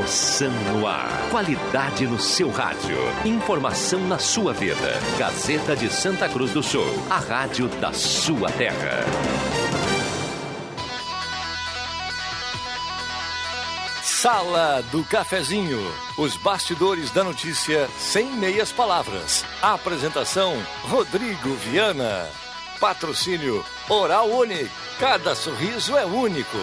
Emoção no ar. Qualidade no seu rádio. Informação na sua vida. Gazeta de Santa Cruz do Sul. A rádio da sua terra. Sala do Cafezinho. Os bastidores da notícia sem meias palavras. Apresentação: Rodrigo Viana. Patrocínio Oral Unique. Cada sorriso é único.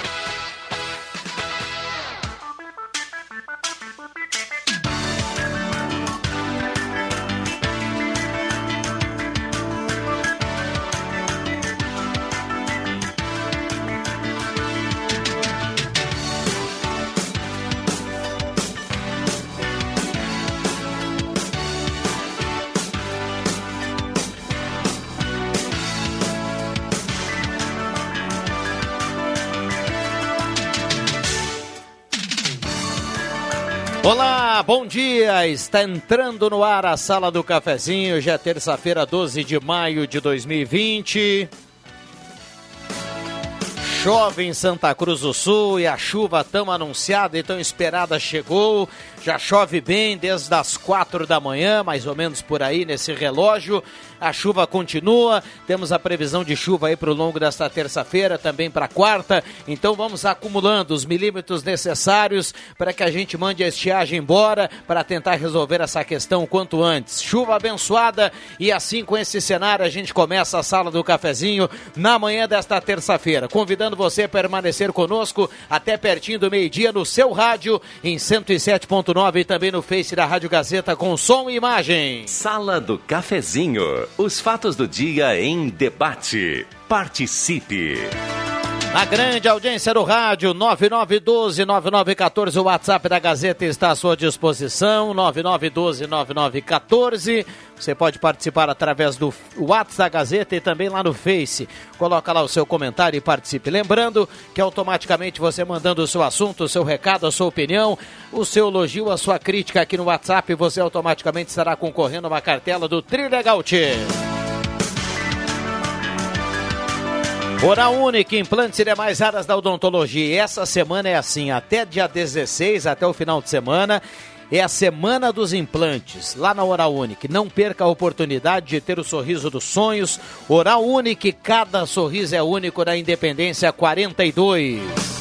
Olá, bom dia, está entrando no ar a Sala do Cafezinho, já é terça-feira, 12 de maio de 2020. Chove em Santa Cruz do Sul e a chuva tão anunciada e tão esperada chegou. Já chove bem desde as 4 da manhã, mais ou menos por aí nesse relógio. A chuva continua, temos a previsão de chuva aí para o longo desta terça-feira, também para quarta. Então vamos acumulando os milímetros necessários para que a gente mande a estiagem embora, para tentar resolver essa questão o quanto antes. Chuva abençoada e assim com esse cenário a gente começa a Sala do Cafezinho na manhã desta terça-feira. Convidando você a permanecer conosco até pertinho do meio-dia no seu rádio em 107.9 e também no Face da Rádio Gazeta com som e imagem. Sala do Cafezinho. Os fatos do dia em debate. Participe. A grande audiência do rádio, 9912-9914, o WhatsApp da Gazeta está à sua disposição, 9912-9914. Você pode participar através do WhatsApp da Gazeta e também lá no Face. Coloca lá o seu comentário e participe. Lembrando que automaticamente você mandando o seu assunto, o seu recado, a sua opinião, o seu elogio, a sua crítica aqui no WhatsApp, você automaticamente estará concorrendo a uma cartela do Trilegal T. Oral Unique, implantes e demais áreas da odontologia. Essa semana é assim, até dia 16, até o final de semana, é a semana dos implantes, lá na Oral Unique. Não perca a oportunidade de ter o sorriso dos sonhos. Oral Unique, cada sorriso é único, na Independência 42.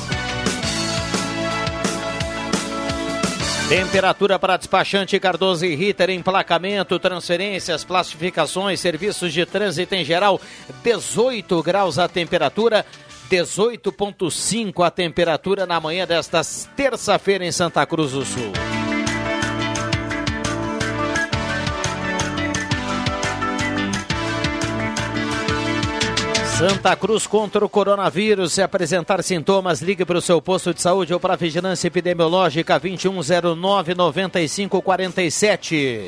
Temperatura para despachante Cardoso e Ritter, emplacamento, transferências, classificações, serviços de trânsito em geral, 18 graus a temperatura, 18,5 a temperatura na manhã desta terça-feira em Santa Cruz do Sul. Santa Cruz contra o coronavírus. Se apresentar sintomas, ligue para o seu posto de saúde ou para a vigilância epidemiológica 2109-9547.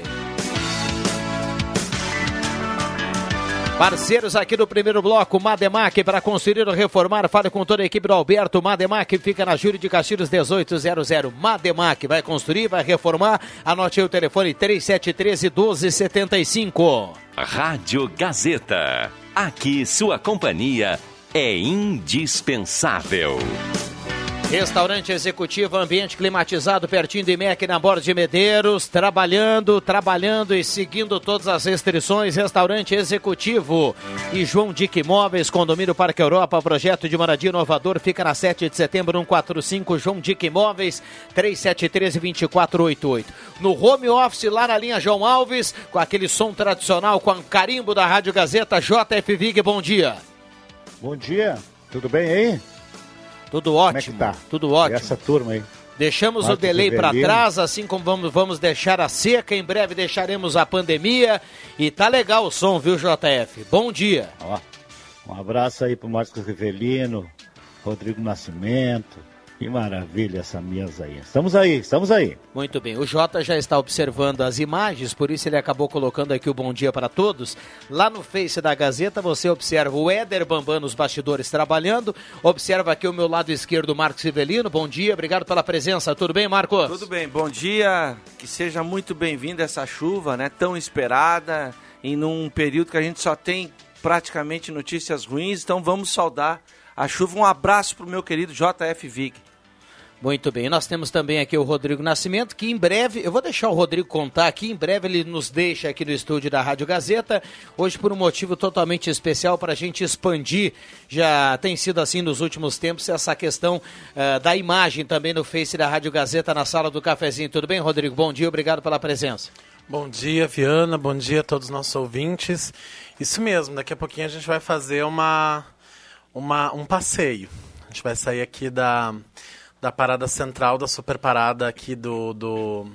Parceiros aqui do primeiro bloco, Mademac, para construir ou reformar, fale com toda a equipe do Alberto. Mademac fica na Júlio de Castilhos 1800. Mademac vai construir, vai reformar. Anote aí o telefone 3713-1275. Rádio Gazeta. Aqui sua companhia é indispensável. Restaurante Executivo, ambiente climatizado pertinho do IMEC na Borda de Medeiros, trabalhando e seguindo todas as restrições. Restaurante Executivo e João Dick Imóveis, Condomínio Parque Europa, projeto de moradia inovador, fica na 7 de setembro, 145, João Dick Imóveis, 3713-2488. No home office, lá na linha João Alves, com aquele som tradicional, com o carimbo da Rádio Gazeta, JF Vig, bom dia. Bom dia, tudo bem aí? Tudo ótimo, como é que tá? Tudo ótimo. E essa turma aí? Deixamos o delay para trás, assim como vamos deixar a seca, em breve deixaremos a pandemia e tá legal o som, viu, JF? Bom dia. Ó, um abraço aí pro Marcos Rivelino, Rodrigo Nascimento. Que maravilha essa mesa aí. Estamos aí. Muito bem, o Jota já está observando as imagens, por isso ele acabou colocando aqui o bom dia para todos. Lá no Face da Gazeta você observa o Éder Bambam nos bastidores trabalhando, observa aqui o meu lado esquerdo o Marcos Rivelino. Bom dia, obrigado pela presença. Tudo bem, Marcos? Tudo bem, bom dia. Que seja muito bem-vinda essa chuva, né? Tão esperada, e num período que a gente só tem praticamente notícias ruins, então vamos saudar a chuva. Um abraço para o meu querido JF Vig. Muito bem, nós temos também aqui o Rodrigo Nascimento, que em breve, eu vou deixar o Rodrigo contar aqui, em breve ele nos deixa aqui no estúdio da Rádio Gazeta, hoje por um motivo totalmente especial para a gente expandir, já tem sido assim nos últimos tempos, essa questão da imagem também no Face da Rádio Gazeta na sala do cafezinho. Tudo bem, Rodrigo? Bom dia, obrigado pela presença. Bom dia, Viana, bom dia a todos os nossos ouvintes. Isso mesmo, daqui a pouquinho a gente vai fazer um passeio. A gente vai sair aqui da parada central, da super parada aqui do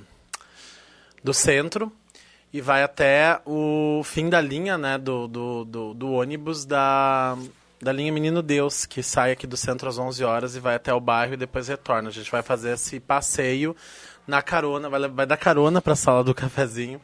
centro e vai até o fim da linha, né, do ônibus da linha Menino Deus, que sai aqui do centro às 11 horas e vai até o bairro e depois retorna. A gente vai fazer esse passeio na carona, vai dar carona para a sala do cafezinho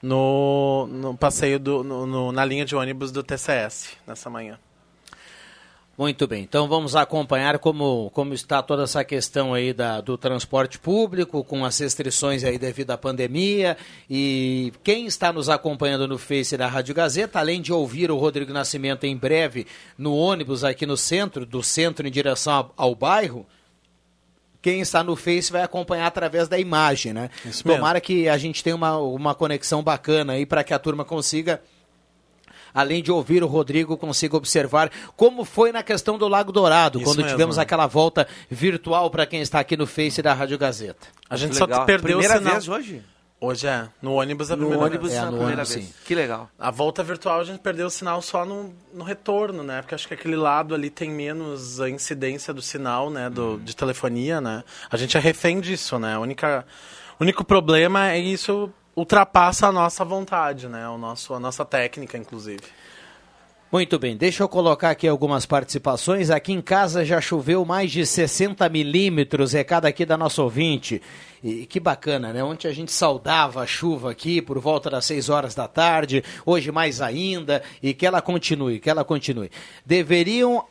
no passeio na linha de ônibus do TCS nessa manhã. Muito bem, então vamos acompanhar como está toda essa questão aí do transporte público, com as restrições aí devido à pandemia, e quem está nos acompanhando no Face da Rádio Gazeta, além de ouvir o Rodrigo Nascimento em breve no ônibus aqui no centro, do centro em direção ao bairro, quem está no Face vai acompanhar através da imagem, né? Isso mesmo. Tomara que a gente tenha uma conexão bacana aí para que a turma consiga, além de ouvir o Rodrigo, consiga observar como foi na questão do Lago Dourado, quando tivemos aquela volta virtual para quem está aqui no Face da Rádio Gazeta. A gente só perdeu o sinal. Primeira vez hoje? Hoje no ônibus é a primeira vez. Que legal. A volta virtual a gente perdeu o sinal só no retorno, né? Porque acho que aquele lado ali tem menos a incidência do sinal, né? De telefonia, né? A gente é refém disso, né? O único problema é isso ultrapassa a nossa vontade, né? A nossa técnica, inclusive. Muito bem, deixa eu colocar aqui algumas participações. Aqui em casa já choveu mais de 60 milímetros, recado aqui da nossa ouvinte. E que bacana, né? Ontem a gente saudava a chuva aqui por volta das 6 horas da tarde, hoje mais ainda, e que ela continue. Deveriam...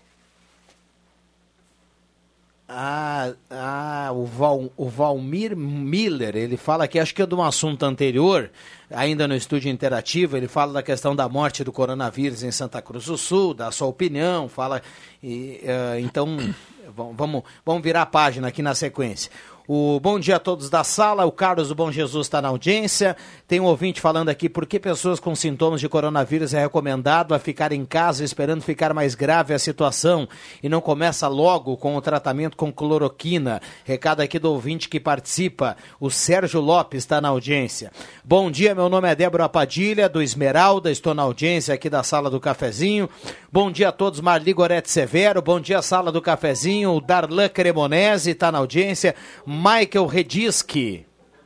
O Valmir Miller, ele fala aqui, acho que é de um assunto anterior, ainda no Estúdio Interativo, ele fala da questão da morte do coronavírus em Santa Cruz do Sul, dá a sua opinião, fala, então vamos virar a página aqui na sequência. Bom dia a todos da sala, o Carlos do Bom Jesus está na audiência, tem um ouvinte falando aqui, por que pessoas com sintomas de coronavírus é recomendado a ficar em casa esperando ficar mais grave a situação e não começa logo com o tratamento com cloroquina? Recado aqui do ouvinte que participa, o Sérgio Lopes está na audiência. Bom dia, meu nome é Débora Padilha, do Esmeralda, estou na audiência aqui da sala do cafezinho. Bom dia a todos, Marli Gorete Severo, bom dia sala do cafezinho, o Darlan Cremonese está na audiência, Michael Redisky.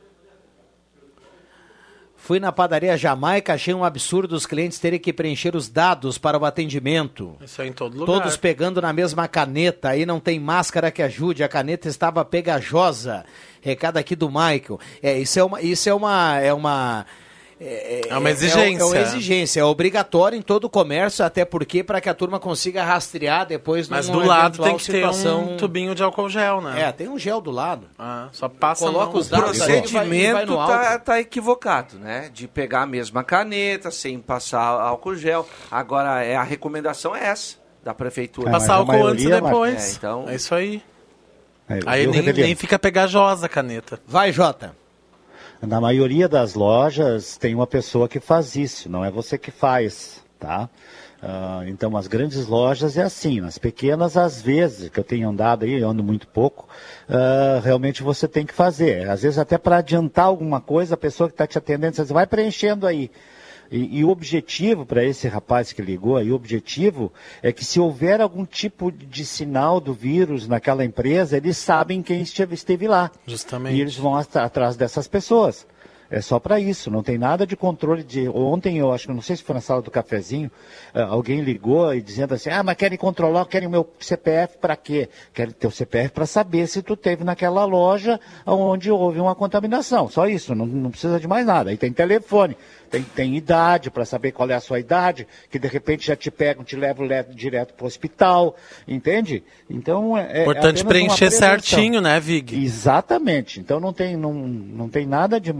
Fui na padaria Jamaica, achei um absurdo os clientes terem que preencher os dados para o atendimento. Isso é em todo lugar. Todos pegando na mesma caneta, aí não tem máscara que ajude, a caneta estava pegajosa. Recado aqui do Michael. Isso é uma exigência. É uma exigência, é obrigatório em todo o comércio, até porque para que a turma consiga rastrear depois. Mas do lado tem que ter um tubinho de álcool gel, né? Tem um gel do lado. Só passa Coloca os dados. O procedimento tá equivocado, né? De pegar a mesma caneta, sem passar álcool gel. Agora, a recomendação é essa, da prefeitura. Passar álcool antes e depois. Então... É isso aí. Aí nem fica pegajosa a caneta. Vai, Jota. Na maioria das lojas tem uma pessoa que faz isso, não é você que faz, tá? Então, as grandes lojas é assim, nas pequenas, às vezes, que eu tenho andado aí, eu ando muito pouco, realmente você tem que fazer. Às vezes, até para adiantar alguma coisa, a pessoa que está te atendendo, você vai preenchendo aí. E o objetivo para esse rapaz que ligou aí, o objetivo é que se houver algum tipo de sinal do vírus naquela empresa, eles sabem quem esteve lá. Justamente. E eles vão atrás dessas pessoas. É só para isso, não tem nada de controle de... Ontem, eu acho que, não sei se foi na sala do cafezinho, alguém ligou e dizendo assim, mas querem controlar, querem o meu CPF para quê? Querem ter o CPF para saber se tu teve naquela loja onde houve uma contaminação. Só isso, não precisa de mais nada. Aí tem telefone, tem idade para saber qual é a sua idade, que de repente já te pegam, te levam direto para o hospital, entende? Então, importante preencher certinho, né, Vig? Exatamente. Então não tem nada demais.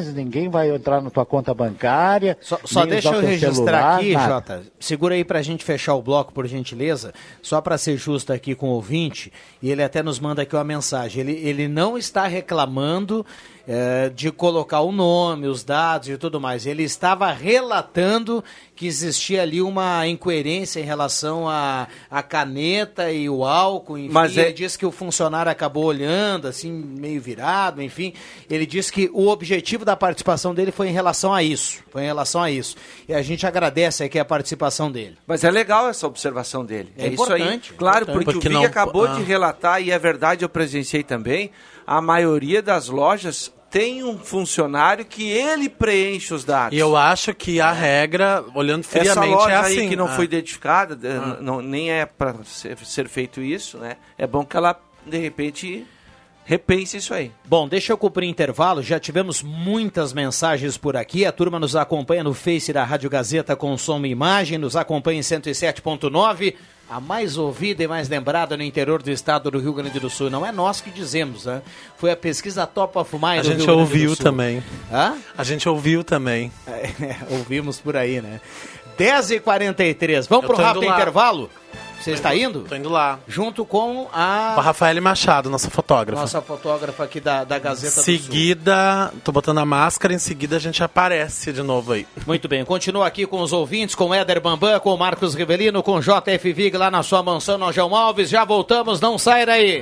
cartões, ninguém vai entrar na tua conta bancária. Só deixa eu registrar celular, aqui, nada. Jota, segura aí pra gente fechar o bloco, por gentileza, só para ser justo aqui com o ouvinte, e ele até nos manda aqui uma mensagem, ele não está reclamando de colocar o nome, os dados e tudo mais, ele estava relatando que existia ali uma incoerência em relação à caneta e o álcool, enfim, mas ele disse que o funcionário acabou olhando, assim, meio virado, enfim, ele disse que o objetivo da participação dele foi em relação a isso, e a gente agradece aqui a participação dele. Mas é legal essa observação dele, é importante, isso aí, claro, importante. porque o Vig acabou de relatar, e é verdade, eu presenciei também, a maioria das lojas tem um funcionário que ele preenche os dados. E eu acho que a regra, olhando friamente, essa loja é assim. Aí que não foi identificada, nem é para ser feito isso, né? É bom que ela, de repente, repense isso aí. Bom, deixa eu cumprir intervalo, já tivemos muitas mensagens por aqui, a turma nos acompanha no Face da Rádio Gazeta com som e imagem, nos acompanha em 107.9, a mais ouvida e mais lembrada no interior do estado do Rio Grande do Sul. Não é nós que dizemos, né? Foi a pesquisa Top of Mind do Rio Grande do Sul. A gente ouviu também. Hã? A gente ouviu também. Ouvimos por aí, né? 10h43. Vamos pro rápido intervalo? Você está indo? Tô indo lá. Junto com a Rafaele Machado, nossa fotógrafa. Nossa fotógrafa aqui da Gazeta do Sul. Seguida, tô botando a máscara, em seguida a gente aparece de novo aí. Muito bem, continua aqui com os ouvintes, com Éder Bambam, com Marcos Rivelino, com JF Vig lá na sua mansão no João Alves. Já voltamos, não sai daí.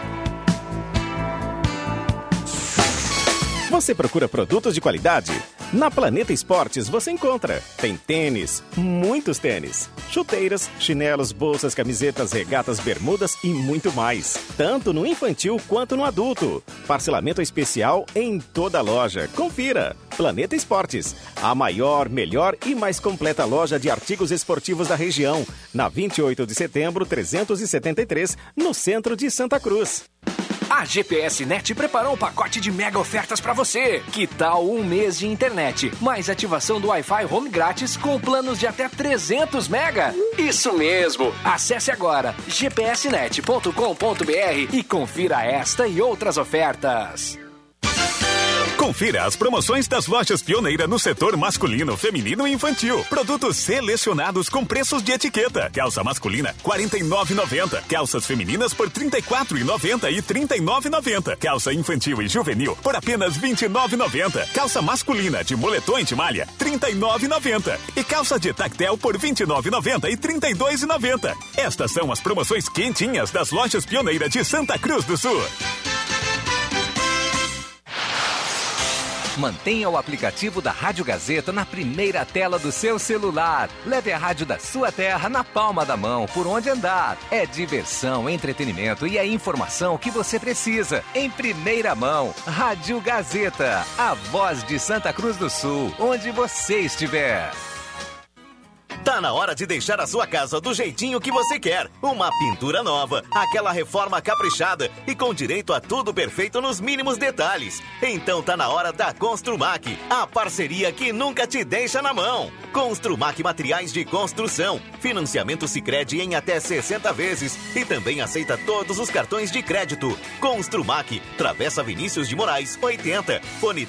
Você procura produtos de qualidade? Na Planeta Esportes você encontra. Tem tênis, muitos tênis, chuteiras, chinelos, bolsas, camisetas, regatas, bermudas e muito mais. Tanto no infantil quanto no adulto. Parcelamento especial em toda a loja. Confira. Planeta Esportes, a maior, melhor e mais completa loja de artigos esportivos da região. Na 28 de setembro, 373, no centro de Santa Cruz. A GPS Net preparou um pacote de mega ofertas para você. Que tal um mês de internet, mais ativação do Wi-Fi Home grátis com planos de até 300 mega? Isso mesmo! Acesse agora gpsnet.com.br e confira esta e outras ofertas. Confira as promoções das lojas Pioneira no setor masculino, feminino e infantil. Produtos selecionados com preços de etiqueta. Calça masculina, R$ 49,90. Calças femininas por R$ 34,90 e R$ 39,90. Calça infantil e juvenil por apenas R$ 29,90. Calça masculina de moletom e de malha, R$ 39,90. E calça de tactel por R$ 29,90 e R$ 32,90. Estas são as promoções quentinhas das lojas Pioneira de Santa Cruz do Sul. Mantenha o aplicativo da Rádio Gazeta na primeira tela do seu celular. Leve a rádio da sua terra na palma da mão, por onde andar. É diversão, entretenimento e a informação que você precisa. Em primeira mão, Rádio Gazeta, a voz de Santa Cruz do Sul, onde você estiver. Tá na hora de deixar a sua casa do jeitinho que você quer. Uma pintura nova, aquela reforma caprichada e com direito a tudo perfeito nos mínimos detalhes. Então tá na hora da Construmac, a parceria que nunca te deixa na mão. Construmac Materiais de Construção, financiamento Sicredi em até 60 vezes e também aceita todos os cartões de crédito. Construmac, Travessa Vinícius de Moraes, 80, fone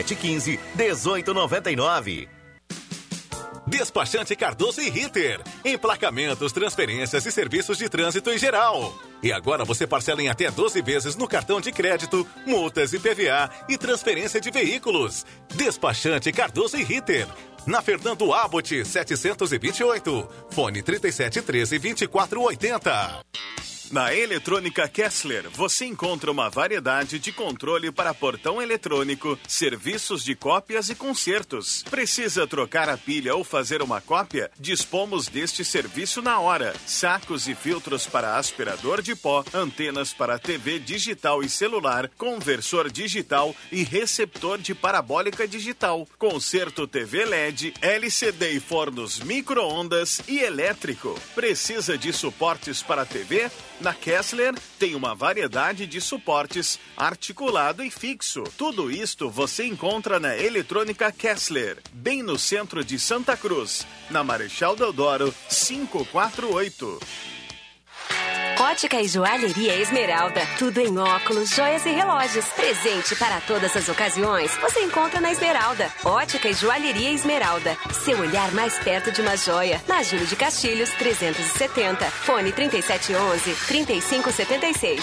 3715-1899. Despachante Cardoso e Ritter. Emplacamentos, transferências e serviços de trânsito em geral. E agora você parcela em até 12 vezes no cartão de crédito, multas e PVA e transferência de veículos. Despachante Cardoso e Ritter. Na Fernando Abbott, 728. Fone 3713-2480. Na Eletrônica Kessler, você encontra uma variedade de controle para portão eletrônico, serviços de cópias e consertos. Precisa trocar a pilha ou fazer uma cópia? Dispomos deste serviço na hora. Sacos e filtros para aspirador de pó, antenas para TV digital e celular, conversor digital e receptor de parabólica digital. Conserto TV LED, LCD e fornos micro-ondas e elétrico. Precisa de suportes para TV? Na Kessler tem uma variedade de suportes articulado e fixo. Tudo isto você encontra na Eletrônica Kessler, bem no centro de Santa Cruz, na Marechal Deodoro 548. Ótica e Joalheria Esmeralda. Tudo em óculos, joias e relógios. Presente para todas as ocasiões. Você encontra na Esmeralda. Ótica e Joalheria Esmeralda. Seu olhar mais perto de uma joia. Na Júlio de Castilhos, 370. Fone 3711-3576.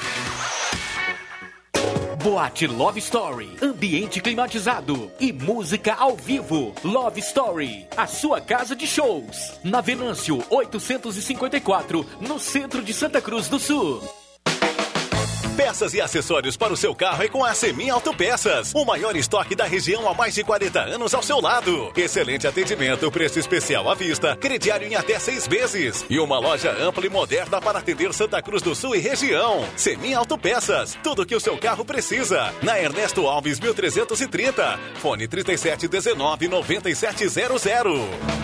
Boate Love Story, ambiente climatizado e música ao vivo. Love Story, a sua casa de shows. Na Venâncio 854, no centro de Santa Cruz do Sul. Peças e acessórios para o seu carro é com a Semin Autopeças. O maior estoque da região há mais de 40 anos ao seu lado. Excelente atendimento, preço especial à vista, crediário em até 6 vezes. E uma loja ampla e moderna para atender Santa Cruz do Sul e região. Semin Autopeças, tudo que o seu carro precisa. Na Ernesto Alves 1330. Fone 3719-9700.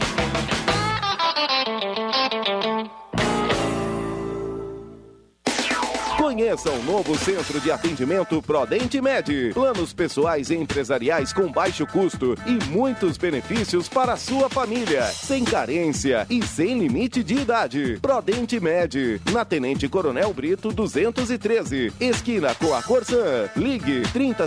Conheça o novo Centro de Atendimento Prodente Med. Planos pessoais e empresariais com baixo custo e muitos benefícios para a sua família. Sem carência e sem limite de idade. Prodente Med. Na Tenente Coronel Brito 213. Esquina com a Corsã. Ligue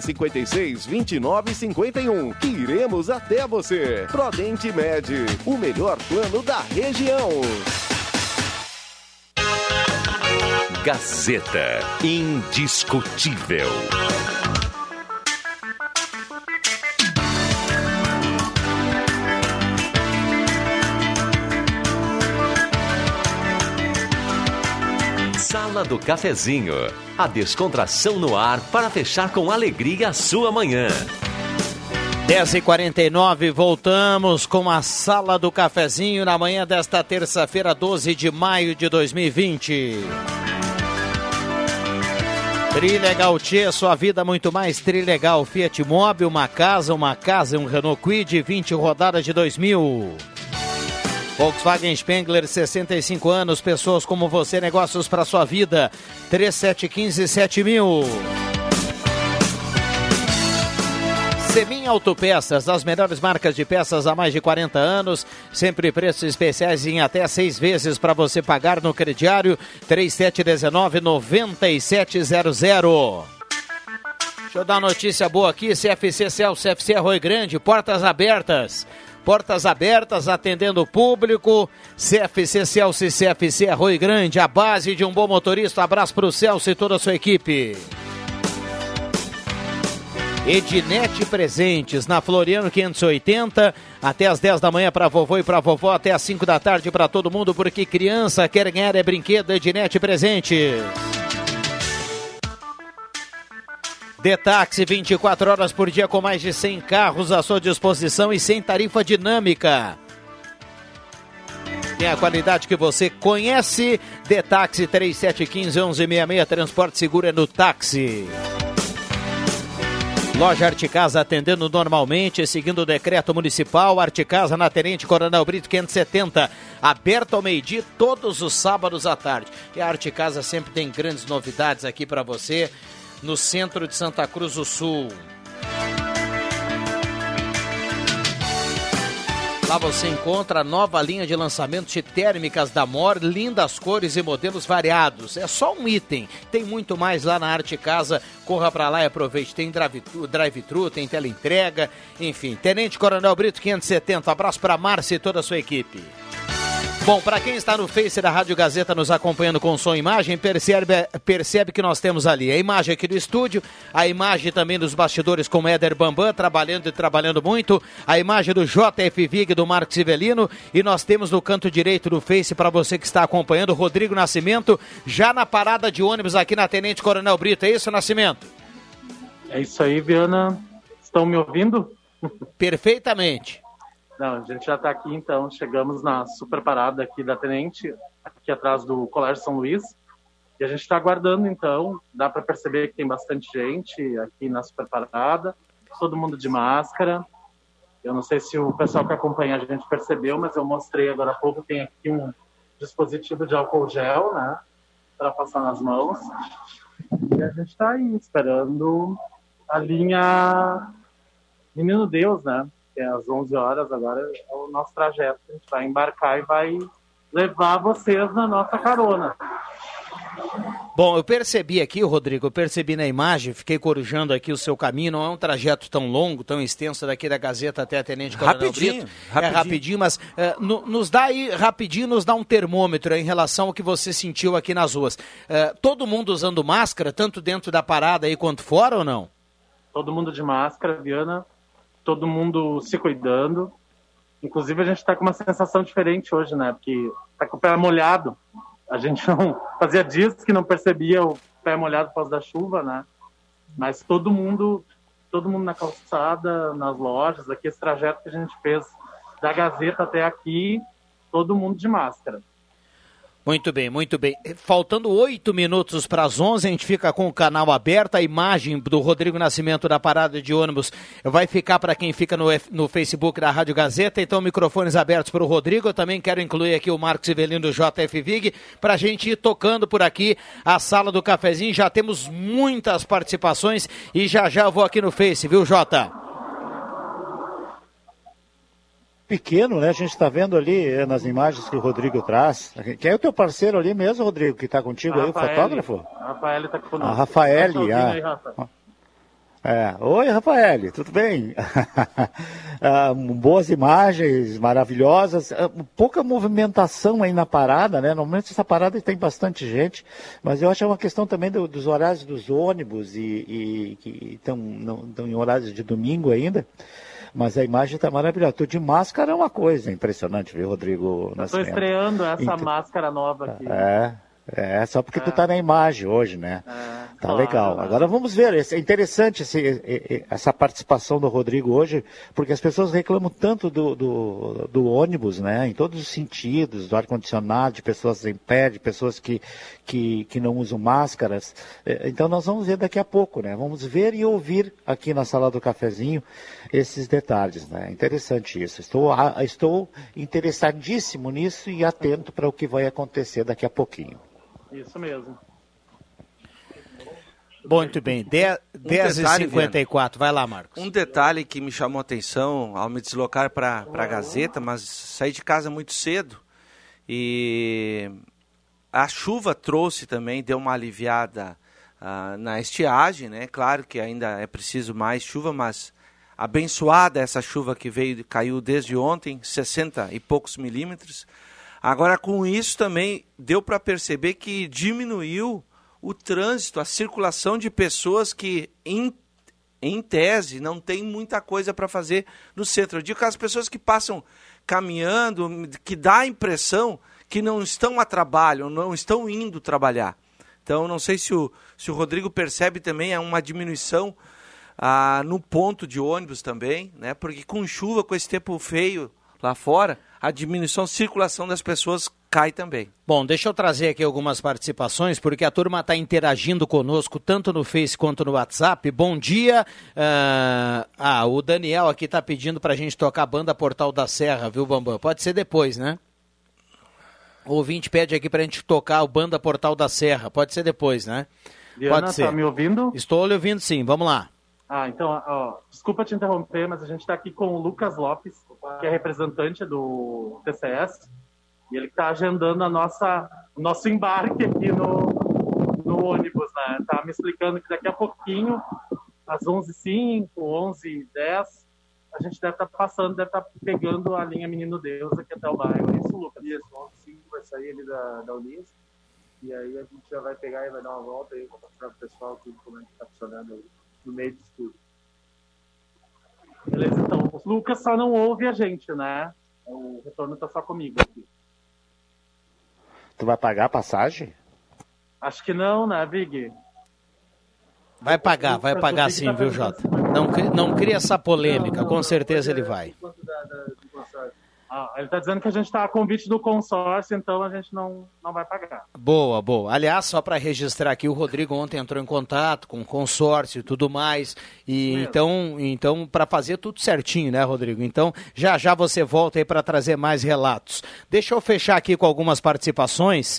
3056-2951. Que iremos até você. Prodente Med. O melhor plano da região. Gazeta, indiscutível. Sala do Cafezinho, a descontração no ar para fechar com alegria a sua manhã. 10h49, voltamos com a Sala do Cafezinho na manhã desta terça-feira, 12 de maio de 2020. Trilegal Tchê, sua vida muito mais Trilegal. Fiat Mobi, uma casa, um Renault Kwid, 20 rodadas de 2000. Volkswagen Spengler, 65 anos, pessoas como você, negócios para sua vida. 3715-7000. Semin Autopeças, as melhores marcas de peças há mais de 40 anos, sempre preços especiais em até 6 vezes para você pagar no crediário. 3719-9700. Deixa eu dar uma notícia boa aqui, CFC Celso, CFC Arroio Grande, portas abertas atendendo o público. CFC Celso e CFC Arroio Grande, a base de um bom motorista. Abraço para o Celso e toda a sua equipe. Ednet Presentes, na Floriano 580, até às 10 da manhã para vovô e para vovó, até às 5 da tarde para todo mundo, porque criança quer ganhar é brinquedo. Ednet Presentes. Detaxi, 24 horas por dia com mais de 100 carros à sua disposição e sem tarifa dinâmica. Tem a qualidade que você conhece. Detaxi 3715-1166, transporte seguro é no táxi. Loja Articasa atendendo normalmente, seguindo o decreto municipal. Articasa na Tenente Coronel Brito 570, aberto ao meio-dia todos os sábados à tarde. E a Articasa sempre tem grandes novidades aqui para você no centro de Santa Cruz do Sul. Lá você encontra a nova linha de lançamento de térmicas da MOR, lindas cores e modelos variados. É só um item, tem muito mais lá na Articasa. Corra pra lá e aproveite. Tem drive-thru, tem teleentrega, enfim. Tenente Coronel Brito 570, abraço pra Márcia e toda a sua equipe. Bom, para quem está no Face da Rádio Gazeta nos acompanhando com som e imagem, percebe que nós temos ali a imagem aqui do estúdio, a imagem também dos bastidores com o Éder Bambam, trabalhando muito, a imagem do JF Vig, do Marcos Civelino, e nós temos no canto direito do Face, para você que está acompanhando, o Rodrigo Nascimento, já na parada de ônibus aqui na Tenente Coronel Brito. É isso, Nascimento? É isso aí, Viana. Estão me ouvindo? Perfeitamente. Não, a gente já está aqui, então, chegamos na super parada aqui da Tenente, aqui atrás do Colégio São Luís, e a gente está aguardando, então, dá para perceber que tem bastante gente aqui na super parada, todo mundo de máscara. Eu não sei se o pessoal que acompanha a gente percebeu, mas eu mostrei agora há pouco, tem aqui um dispositivo de álcool gel, né, para passar nas mãos, e a gente está aí esperando a linha Menino Deus, né? Que é às 11 horas, agora é o nosso trajeto. A gente vai embarcar e vai levar vocês na nossa carona. Bom, eu percebi aqui, Rodrigo, na imagem, fiquei corujando aqui o seu caminho, não é um trajeto tão longo, tão extenso daqui da Gazeta até a Tenente Coronel Brito. É rapidinho, mas nos dá aí, rapidinho, nos dá um termômetro em relação ao que você sentiu aqui nas ruas. Todo mundo usando máscara, tanto dentro da parada aí quanto fora ou não? Todo mundo de máscara, Viana, todo mundo se cuidando. Inclusive a gente está com uma sensação diferente hoje, né? Porque tá com o pé molhado. A gente não fazia dias que não percebia o pé molhado por causa da chuva, né? Mas todo mundo na calçada, nas lojas, aqui esse trajeto que a gente fez da Gazeta até aqui, todo mundo de máscara. Muito bem, muito bem. Faltando 8 minutos para as 11, a gente fica com o canal aberto. A imagem do Rodrigo Nascimento da parada de ônibus vai ficar para quem fica no Facebook da Rádio Gazeta. Então, microfones abertos para o Rodrigo. Eu também quero incluir aqui o Marcos Ivelino do JF Vig para a gente ir tocando por aqui a sala do cafezinho. Já temos muitas participações e já eu vou aqui no Face, viu, Jota? Pequeno, né? A gente está vendo ali nas imagens que o Rodrigo traz. Quem é o teu parceiro ali mesmo, Rodrigo, que está contigo aí, o fotógrafo? A Rafael está conosco. A Rafael, Oi, Rafael, tudo bem? Boas imagens, maravilhosas. Pouca movimentação aí na parada, né? Normalmente essa parada tem bastante gente, mas eu acho que é uma questão também dos horários dos ônibus e que estão em horários de domingo ainda. Mas a imagem está maravilhosa. Tu de máscara é uma coisa impressionante, viu, Rodrigo? Estou estreando essa máscara nova aqui. Só porque tu tá na imagem hoje, né? Tá claro, legal. Agora vamos ver, é interessante essa participação do Rodrigo hoje, porque as pessoas reclamam tanto do ônibus, né? Em todos os sentidos, do ar-condicionado, de pessoas em pé, de pessoas que não usam máscaras. Então nós vamos ver daqui a pouco, né? Vamos ver e ouvir aqui na sala do cafezinho esses detalhes, né? Interessante isso. Estou interessadíssimo nisso e atento para o que vai acontecer daqui a pouquinho. Isso mesmo. Muito bem, 10h54, vai lá, Marcos. Um detalhe que me chamou a atenção ao me deslocar para a Gazeta, mas saí de casa muito cedo e a chuva trouxe também, deu uma aliviada na estiagem, né? Claro que ainda é preciso mais chuva, mas abençoada essa chuva que caiu desde ontem, 60 e poucos milímetros. Agora, com isso também deu para perceber que diminuiu o trânsito, a circulação de pessoas que, em tese, não tem muita coisa para fazer no centro. Eu digo que as pessoas que passam caminhando, que dá a impressão que não estão a trabalho, não estão indo trabalhar. Então, não sei se o Rodrigo percebe também uma diminuição no ponto de ônibus também, né? Porque com chuva, com esse tempo feio lá fora, a diminuição, circulação das pessoas cai também. Bom, deixa eu trazer aqui algumas participações, porque a turma está interagindo conosco, tanto no Face quanto no WhatsApp. Bom dia. O Daniel aqui está pedindo para a gente tocar a banda Portal da Serra, viu, Bambam? Pode ser depois, né? O ouvinte pede aqui para a gente tocar o banda Portal da Serra. Pode ser depois, né? Diana, pode ser. Tá me ouvindo? Estou lhe ouvindo, sim. Vamos lá. Então, desculpa te interromper, mas a gente está aqui com o Lucas Lopes, que é representante do TCS, e ele está agendando o nosso embarque aqui no ônibus, né? Tá me explicando que daqui a pouquinho, às 11h05, 11h10, a gente deve estar passando, deve estar pegando a linha Menino Deus aqui até o bairro. É isso, Lucas? Isso, 11h05 vai sair ali da Unis, e aí a gente já vai pegar e vai dar uma volta e vou mostrar para o pessoal como é que está funcionando aí no meio disso tudo. Beleza, então. O Lucas só não ouve a gente, né? O retorno tá só comigo aqui. Tu vai pagar a passagem? Acho que não, né, Vig? Vai pagar sim, viu, Jota? Não cria essa polêmica, com certeza ele vai. Ele está dizendo que a gente está a convite do consórcio, então a gente não vai pagar. Boa. Aliás, só para registrar aqui, o Rodrigo ontem entrou em contato com o consórcio e tudo mais. E então para fazer tudo certinho, né, Rodrigo? Então, já você volta aí para trazer mais relatos. Deixa eu fechar aqui com algumas participações.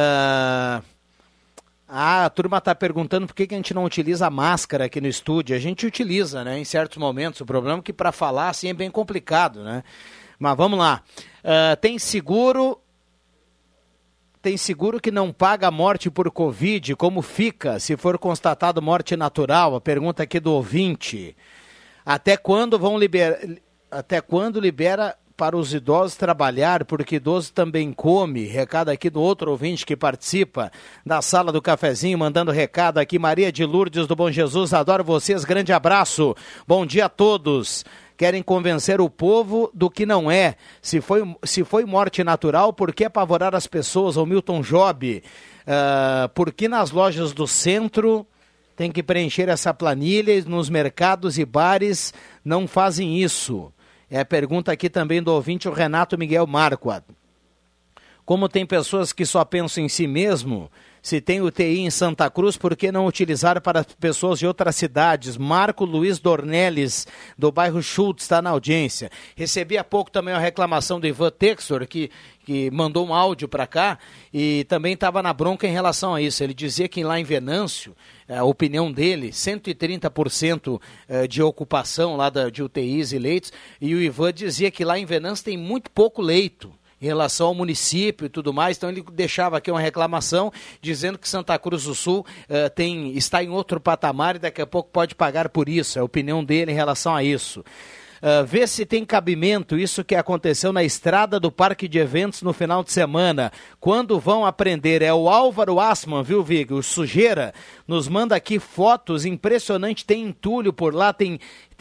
A turma está perguntando por que a gente não utiliza a máscara aqui no estúdio. A gente utiliza, né, em certos momentos. O problema é que para falar assim é bem complicado, né? Mas vamos lá. Tem seguro tem seguro que não paga a morte por Covid, como fica se for constatado morte natural? A pergunta aqui do ouvinte. Até quando libera para os idosos trabalhar, porque idoso também come? Recado aqui do outro ouvinte que participa da sala do cafezinho, mandando recado aqui, Maria de Lourdes do Bom Jesus, adoro vocês, grande abraço, bom dia a todos. Querem convencer o povo do que não é. Se foi morte natural, por que apavorar as pessoas? O Milton Job, por que nas lojas do centro tem que preencher essa planilha e nos mercados e bares não fazem isso? É a pergunta aqui também do ouvinte, o Renato Miguel Marquardt. Como tem pessoas que só pensam em si mesmo, se tem UTI em Santa Cruz, por que não utilizar para pessoas de outras cidades? Marco Luiz Dornelles, do bairro Schultz, está na audiência. Recebi há pouco também a reclamação do Ivan Textor, que mandou um áudio para cá e também estava na bronca em relação a isso. Ele dizia que lá em Venâncio, a opinião dele, 130% de ocupação lá de UTIs e leitos, e o Ivan dizia que lá em Venâncio tem muito pouco leito em relação ao município e tudo mais, então ele deixava aqui uma reclamação dizendo que Santa Cruz do Sul está em outro patamar e daqui a pouco pode pagar por isso, é a opinião dele em relação a isso. Vê se tem cabimento isso que aconteceu na estrada do Parque de Eventos no final de semana. Quando vão aprender? É o Álvaro Assman, viu, Vig? O Sujeira nos manda aqui fotos impressionantes, tem entulho por lá, tem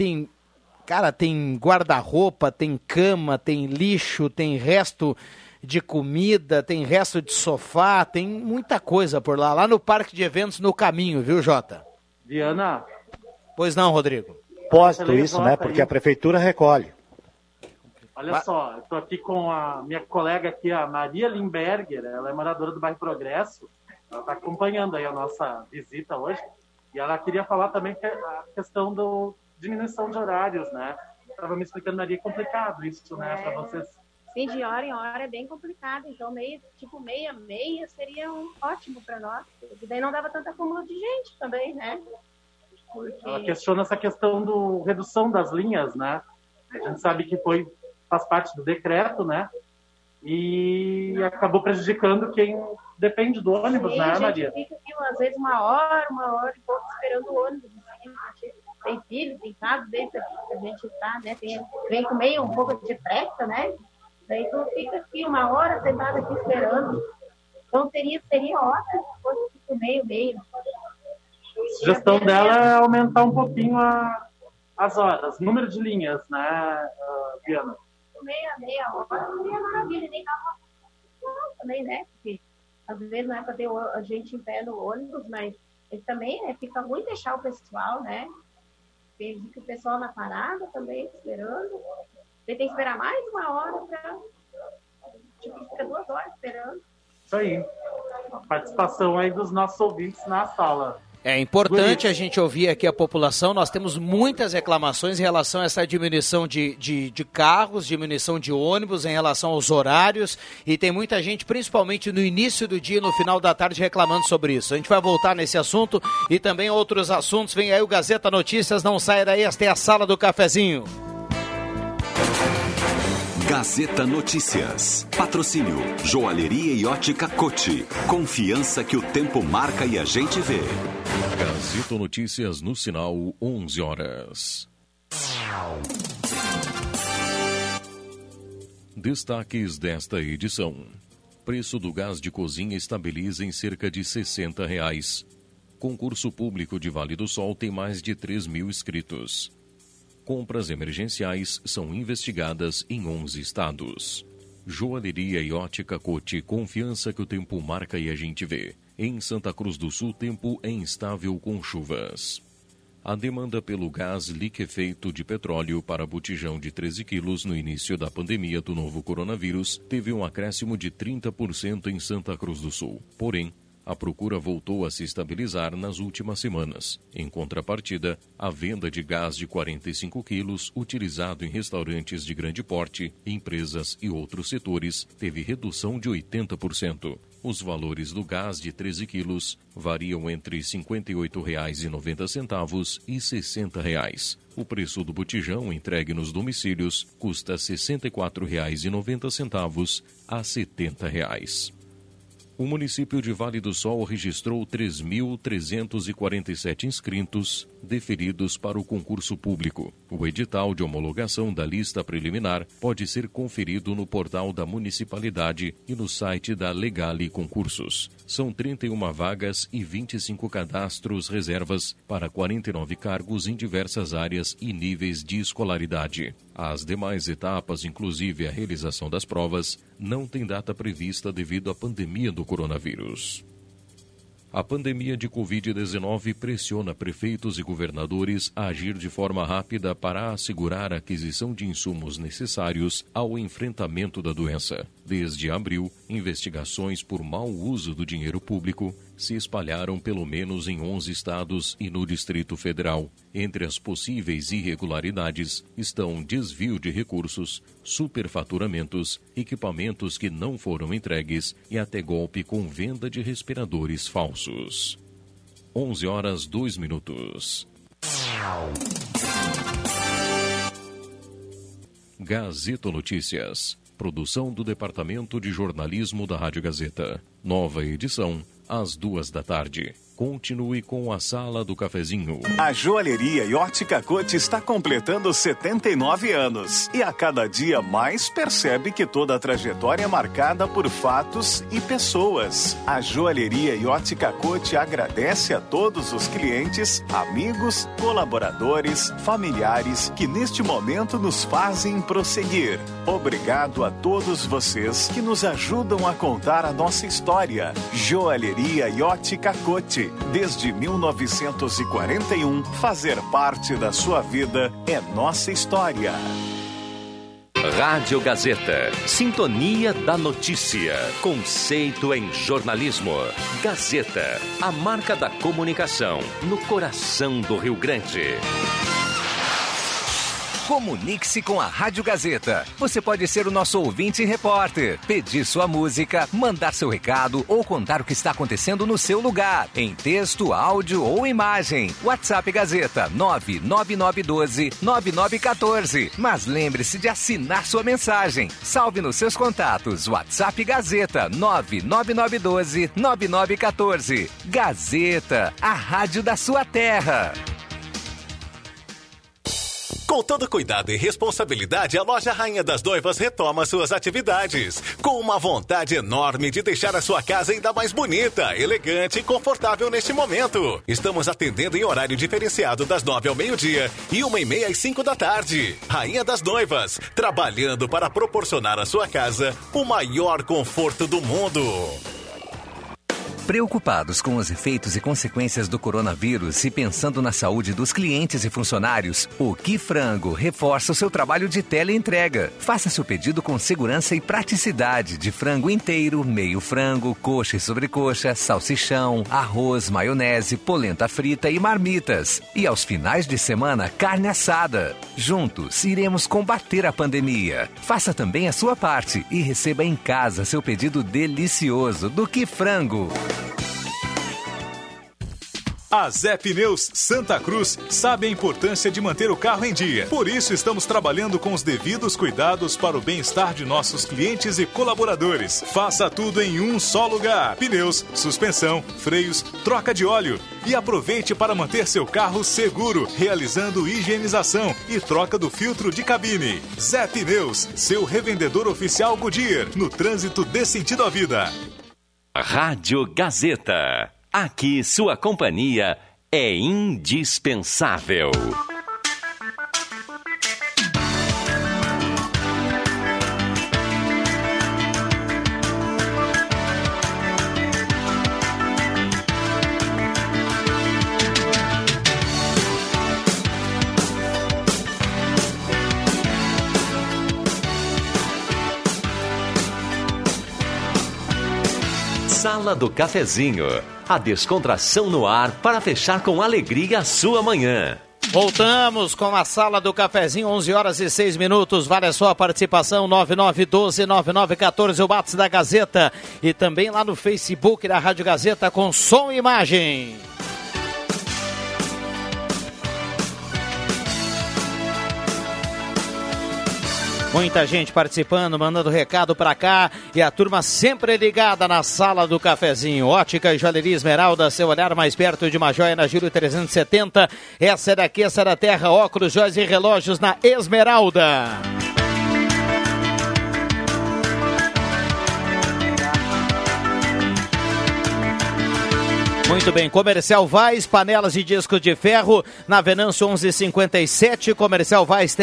guarda-roupa, tem cama, tem lixo, tem resto de comida, tem resto de sofá, tem muita coisa por lá. Lá no Parque de Eventos, no caminho, viu, Jota? Diana. Pois não, Rodrigo. Posto isso, né? Porque a prefeitura recolhe. Olha só, eu estou aqui com a minha colega aqui, a Maria Limberger, ela é moradora do bairro Progresso, ela está acompanhando aí a nossa visita hoje, e ela queria falar também que a questão da diminuição de horários, né? Estava me explicando, Maria, é complicado isso, né, para vocês. Sim, de hora em hora é bem complicado, então meia seria ótimo para nós, porque daí não dava tanta acúmulo de gente também, né? Porque... Ela questiona essa questão da redução das linhas, né? A gente sabe que faz parte do decreto, né? E acabou prejudicando quem depende do ônibus, sim, né, Maria? Fica aqui, às vezes, uma hora e pouco esperando o ônibus. Tem filho, tem casa, desde que a gente tá, né? Vem com meio um pouco de pressa, né? Daí tu fica aqui uma hora sentado aqui esperando. Então seria ótimo se fosse tipo meio. A sugestão dela é aumentar um pouquinho as horas, número de linhas, né, Diana? Meia hora, seria maravilha, nem tava também, né? Porque às vezes não é para ter a gente em pé no ônibus, mas ele também fica ruim deixar o pessoal, né? Fica o pessoal na parada também, esperando. Ele tem que esperar mais uma hora fica 2 horas esperando. Isso aí. A participação aí dos nossos ouvintes na sala. É importante a gente ouvir aqui a população. Nós temos muitas reclamações em relação a essa diminuição de carros, diminuição de ônibus, em relação aos horários. E tem muita gente, principalmente no início do dia e no final da tarde, reclamando sobre isso. A gente vai voltar nesse assunto e também outros assuntos. Vem aí o Gazeta Notícias, não saia daí, esta é a sala do cafezinho. Gazeta Notícias. Patrocínio Joalheria e Ótica Cote. Confiança que o tempo marca e a gente vê. Gazeta Notícias no sinal 11 horas. Destaques desta edição. Preço do gás de cozinha estabiliza em cerca de R$ 60. Concurso público de Vale do Sol tem mais de 3 mil inscritos. Compras emergenciais são investigadas em 11 estados. Joalheria e Ótica Cote, confiança que o tempo marca e a gente vê. Em Santa Cruz do Sul, tempo é instável com chuvas. A demanda pelo gás liquefeito de petróleo para botijão de 13 quilos no início da pandemia do novo coronavírus teve um acréscimo de 30% em Santa Cruz do Sul. Porém, a procura voltou a se estabilizar nas últimas semanas. Em contrapartida, a venda de gás de 45 quilos, utilizado em restaurantes de grande porte, empresas e outros setores, teve redução de 80%. Os valores do gás de 13 quilos variam entre R$ 58,90 e R$ 60. O preço do botijão entregue nos domicílios custa R$ 64,90 a R$ 70. O município de Vale do Sol registrou 3.347 inscritos deferidos para o concurso público. O edital de homologação da lista preliminar pode ser conferido no portal da municipalidade e no site da Legale Concursos. São 31 vagas e 25 cadastros reservas para 49 cargos em diversas áreas e níveis de escolaridade. As demais etapas, inclusive a realização das provas, não têm data prevista devido à pandemia do coronavírus. A pandemia de Covid-19 pressiona prefeitos e governadores a agir de forma rápida para assegurar a aquisição de insumos necessários ao enfrentamento da doença. Desde abril, investigações por mau uso do dinheiro público se espalharam pelo menos em 11 estados e no Distrito Federal. Entre as possíveis irregularidades estão desvio de recursos, superfaturamentos, equipamentos que não foram entregues e até golpe com venda de respiradores falsos. 11h02. Gazeta Notícias. Produção do Departamento de Jornalismo da Rádio Gazeta. Nova edição, às 14h. Continue com a Sala do Cafezinho. A Joalheria e Ótica Cote está completando 79 anos e a cada dia mais percebe que toda a trajetória é marcada por fatos e pessoas. A Joalheria e Ótica Cote agradece a todos os clientes, amigos, colaboradores, familiares que neste momento nos fazem prosseguir. Obrigado a todos vocês que nos ajudam a contar a nossa história. Joalheria e Ótica Cote. Desde 1941, fazer parte da sua vida é nossa história. Rádio Gazeta. Sintonia da notícia. Conceito em jornalismo. Gazeta. A marca da comunicação no coração do Rio Grande. Comunique-se com a Rádio Gazeta. Você pode ser o nosso ouvinte e repórter, pedir sua música, mandar seu recado ou contar o que está acontecendo no seu lugar, em texto, áudio ou imagem. WhatsApp Gazeta 99912-9914. Mas lembre-se de assinar sua mensagem. Salve nos seus contatos. WhatsApp Gazeta 99912-9914. Gazeta, a rádio da sua terra. Com todo cuidado e responsabilidade, a loja Rainha das Noivas retoma suas atividades, com uma vontade enorme de deixar a sua casa ainda mais bonita, elegante e confortável neste momento. Estamos atendendo em horário diferenciado das 9 ao meio-dia e 1h30 às 5 da tarde. Rainha das Noivas, trabalhando para proporcionar à sua casa o maior conforto do mundo. Preocupados com os efeitos e consequências do coronavírus e pensando na saúde dos clientes e funcionários, o Que Frango reforça o seu trabalho de teleentrega. Faça seu pedido com segurança e praticidade de frango inteiro, meio frango, coxa e sobrecoxa, salsichão, arroz, maionese, polenta frita e marmitas. E aos finais de semana, carne assada. Juntos, iremos combater a pandemia. Faça também a sua parte e receba em casa seu pedido delicioso do Que Frango. A Zé Pneus Santa Cruz sabe a importância de manter o carro em dia. Por isso, estamos trabalhando com os devidos cuidados para o bem-estar de nossos clientes e colaboradores. Faça tudo em um só lugar: pneus, suspensão, freios, troca de óleo. E aproveite para manter seu carro seguro, realizando higienização e troca do filtro de cabine. Zé Pneus, seu revendedor oficial Goodyear, no trânsito dê sentido à vida. Rádio Gazeta. Aqui sua companhia é indispensável. Sala do Cafezinho. A descontração no ar para fechar com alegria a sua manhã. Voltamos com a Sala do Cafezinho, 11h06. Vale a sua participação, 9912-9914, o Bates da Gazeta. E também lá no Facebook da Rádio Gazeta com som e imagem. Muita gente participando, mandando recado pra cá e a turma sempre ligada na sala do cafezinho. Ótica e Joalheria Esmeralda, seu olhar mais perto de uma joia na Júlio 370. Essa é daqui, essa é da terra, óculos, joias e relógios na Esmeralda. Muito bem, Comercial Vaz, panelas e discos de ferro, na Venâncio 1157, Comercial Vaz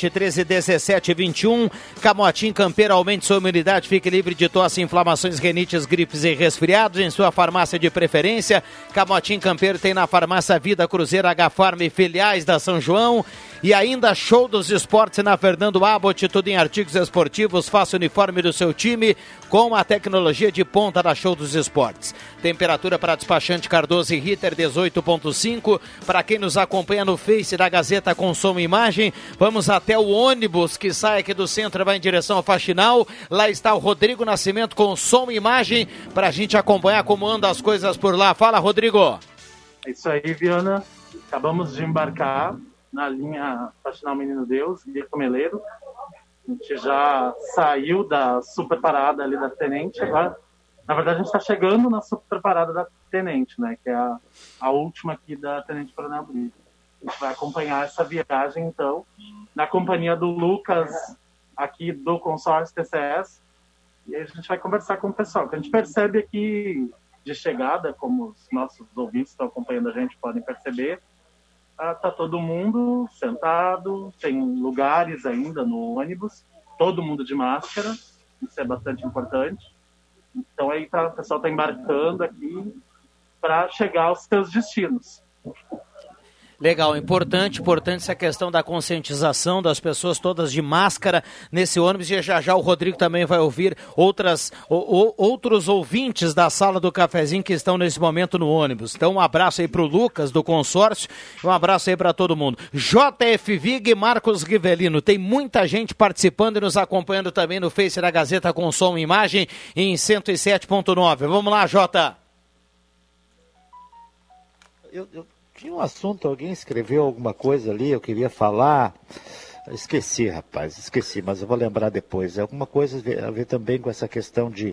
3713-1721, Camotim Campeiro, aumente sua imunidade, fique livre de tosse, inflamações, renites, gripes e resfriados, em sua farmácia de preferência. Camotim Campeiro tem na farmácia Vida Cruzeiro, H-Farm e filiais da São João. E ainda Show dos Esportes na Fernando Abbott, tudo em artigos esportivos, faça o uniforme do seu time com a tecnologia de ponta da Show dos Esportes. Temperatura para despachante Cardoso e Ritter 18.5. Para quem nos acompanha no Face da Gazeta com som e imagem, vamos até o ônibus que sai aqui do centro e vai em direção ao Faxinal. Lá está o Rodrigo Nascimento com som e imagem para a gente acompanhar como andam as coisas por lá. Fala, Rodrigo. É isso aí, Viana. Acabamos de embarcar na linha Faxinal Menino Deus, Guia Comeleiro. A gente já saiu da super parada ali da Tenente. Agora, na verdade, a gente está chegando na super parada da Tenente, né? Que é a última aqui da Tenente Coronel Brito. A gente vai acompanhar essa viagem, então, na companhia do Lucas, aqui do consórcio TCS. E aí a gente vai conversar com o pessoal. O que a gente percebe aqui de chegada, como os nossos ouvintes estão acompanhando a gente podem perceber, tá todo mundo sentado, tem lugares ainda no ônibus, todo mundo de máscara, isso é bastante importante. Então aí o pessoal está embarcando aqui para chegar aos seus destinos. Legal, importante essa questão da conscientização das pessoas todas de máscara nesse ônibus, e já o Rodrigo também vai ouvir outros ouvintes da sala do cafezinho que estão nesse momento no ônibus. Então um abraço aí pro Lucas do consórcio, um abraço aí para todo mundo. JF Vig e Marcos Rivelino, tem muita gente participando e nos acompanhando também no Face da Gazeta com som e imagem em 107.9. Vamos lá, Jota. Tinha um assunto, alguém escreveu alguma coisa ali, eu queria falar, esqueci, mas eu vou lembrar depois. É alguma coisa a ver também com essa questão de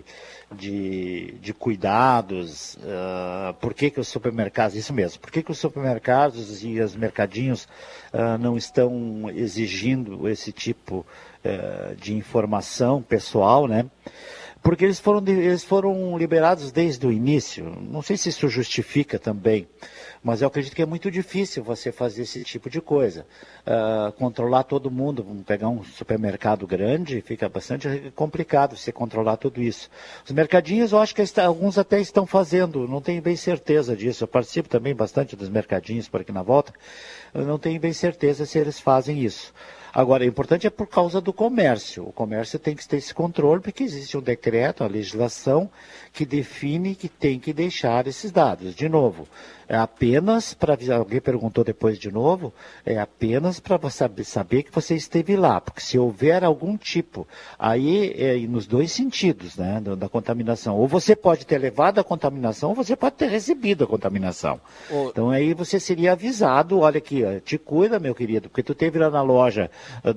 cuidados, por que os supermercados, isso mesmo, por que os supermercados e os mercadinhos não estão exigindo esse tipo de informação pessoal, né? Porque eles foram liberados desde o início. Não sei se isso justifica também, mas eu acredito que é muito difícil você fazer esse tipo de coisa. Controlar todo mundo, vamos pegar um supermercado grande, fica bastante complicado você controlar tudo isso. Os mercadinhos, eu acho que alguns até estão fazendo, não tenho bem certeza disso. Eu participo também bastante dos mercadinhos por aqui na volta, eu não tenho bem certeza se eles fazem isso. Agora, o importante é por causa do comércio. O comércio tem que ter esse controle, porque existe um decreto, uma legislação que define que tem que deixar esses dados. De novo, é apenas para avisar, alguém perguntou depois de novo, é apenas para saber que você esteve lá, porque se houver algum tipo, aí é nos dois sentidos, né, da contaminação. Ou você pode ter levado a contaminação, ou você pode ter recebido a contaminação. Então aí você seria avisado, olha aqui, te cuida, meu querido, porque tu esteve lá na loja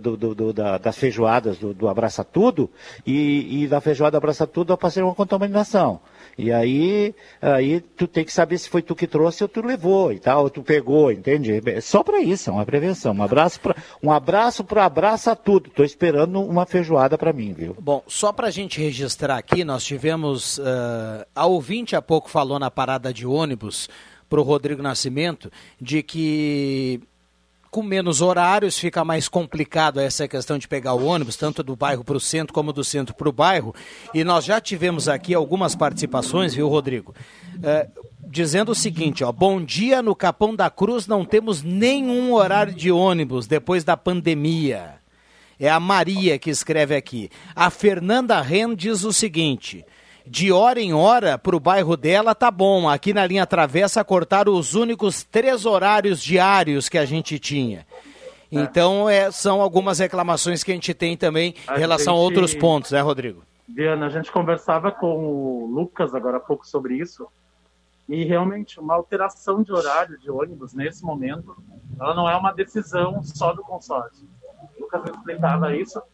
das feijoadas do Abraça Tudo, e da feijoada Abraça Tudo eu passei uma contaminação. E aí tu tem que saber se foi tu que trouxe ou tu levou e tal, ou tu pegou, entende? É só para isso, é uma prevenção. Um abraço para Abraça Tudo. Estou esperando uma feijoada para mim, viu? Bom, só para a gente registrar aqui, nós tivemos, a ouvinte há pouco falou na parada de ônibus para o Rodrigo Nascimento, de que com menos horários fica mais complicado essa questão de pegar o ônibus, tanto do bairro para o centro como do centro para o bairro. E nós já tivemos aqui algumas participações, viu, Rodrigo? Dizendo o seguinte, bom dia, no Capão da Cruz não temos nenhum horário de ônibus depois da pandemia. É a Maria que escreve aqui. A Fernanda Ren diz o seguinte: de hora em hora, para o bairro dela tá bom. Aqui na linha Travessa cortaram os únicos 3 horários diários que a gente tinha. Então, são algumas reclamações que a gente tem também em relação a outros pontos, né, Rodrigo? Diana, a gente conversava com o Lucas agora há pouco sobre isso, e realmente uma alteração de horário de ônibus nesse momento, ela não é uma decisão só do consórcio. O Lucas explicava isso,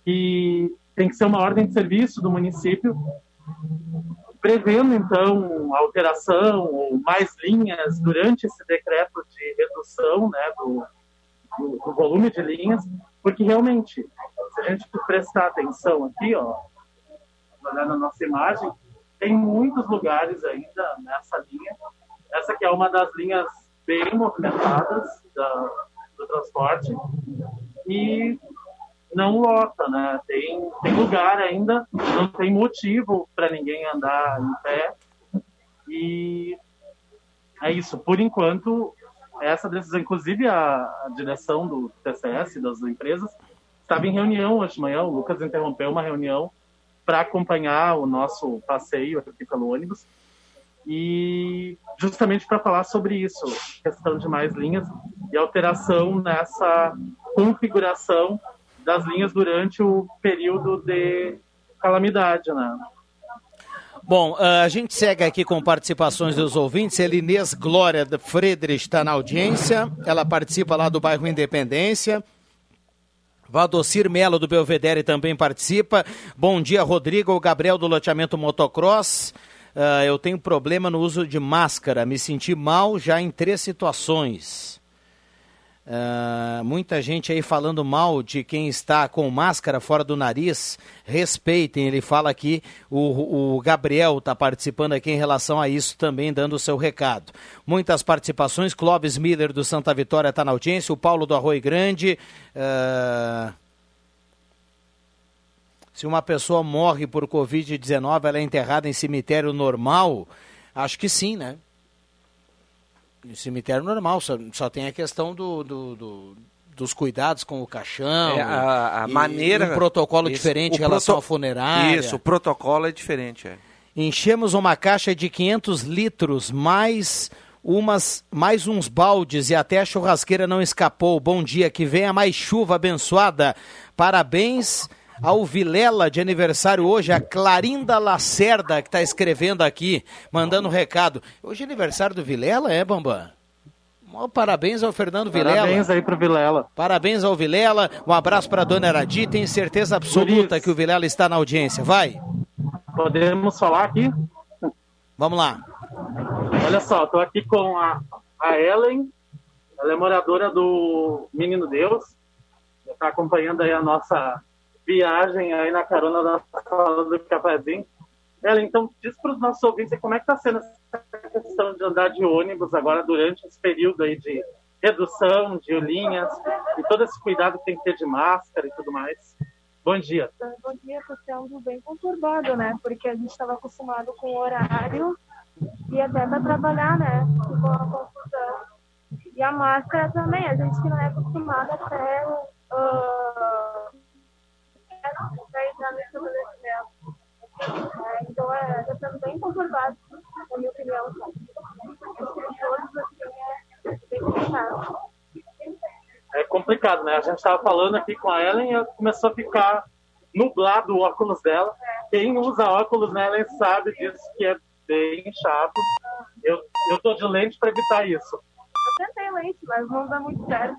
que tem que ser uma ordem de serviço do município, prevendo, então, alteração ou mais linhas durante esse decreto de redução, né, do volume de linhas, porque realmente, se a gente prestar atenção aqui, ó, olhar na nossa imagem, tem muitos lugares ainda nessa linha. Essa aqui é uma das linhas bem movimentadas do transporte e não lota, né? Tem lugar ainda, não tem motivo para ninguém andar em pé. E é isso. Por enquanto, essa decisão, inclusive a direção do TCS, das empresas, estava em reunião hoje de manhã. O Lucas interrompeu uma reunião para acompanhar o nosso passeio aqui pelo ônibus e justamente para falar sobre isso, questão de mais linhas e alteração nessa configuração das linhas durante o período de calamidade, né? Bom, a gente segue aqui com participações dos ouvintes. Elinês Glória Friedrich está na audiência, ela participa lá do bairro Independência. Valdocir Melo do Belvedere também participa. Bom dia, Rodrigo. O Gabriel do loteamento Motocross. Eu tenho problema no uso de máscara, me senti mal já em 3 situações. Muita gente aí falando mal de quem está com máscara fora do nariz. Respeitem, ele fala aqui, o Gabriel está participando aqui em relação a isso também, dando o seu recado. Muitas participações. Clóvis Miller do Santa Vitória está na audiência, o Paulo do Arroio Grande. Se uma pessoa morre por Covid-19, ela é enterrada em cemitério normal? Acho que sim, né? Em cemitério normal, só tem a questão dos cuidados com o caixão. A maneira... Um protocolo diferente em relação à funerária. Isso, o protocolo é diferente. Enchemos uma caixa de 500 litros, mais uns baldes e até a churrasqueira não escapou. Bom dia, que venha mais chuva abençoada. Parabéns ao Vilela de aniversário hoje, a Clarinda Lacerda, que está escrevendo aqui, mandando recado. Hoje é aniversário do Vilela, Bambam? Parabéns ao Fernando Vilela. Parabéns aí pro Vilela. Parabéns ao Vilela, um abraço para a dona Aradi, tenho certeza absoluta que o Vilela está na audiência. Vai. Podemos falar aqui? Vamos lá. Olha só, estou aqui com a Ellen, ela é moradora do Menino Deus, está acompanhando aí a nossa viagem aí na carona da sala do cafezinho. Ellen, então diz para os nossos ouvintes como é que está sendo essa questão de andar de ônibus agora durante esse período aí de redução de linhas e todo esse cuidado que tem que ter de máscara e tudo mais. Bom dia. Bom dia, está sendo bem conturbado, né? Porque a gente estava acostumado com o horário e até para trabalhar, né? Com a confusão. E a máscara também, a gente que não é acostumado até entrar no estabelecimento. Então está sendo bem conturbado, na minha opinião. Bem complicado. É complicado, né? A gente estava falando aqui com a Ellen e ela começou a ficar nublado o óculos dela. Quem usa óculos, né, Ellen, sabe disso, que é bem chato. Eu tô de lente para evitar isso. Eu tentei lente, mas não dá muito certo.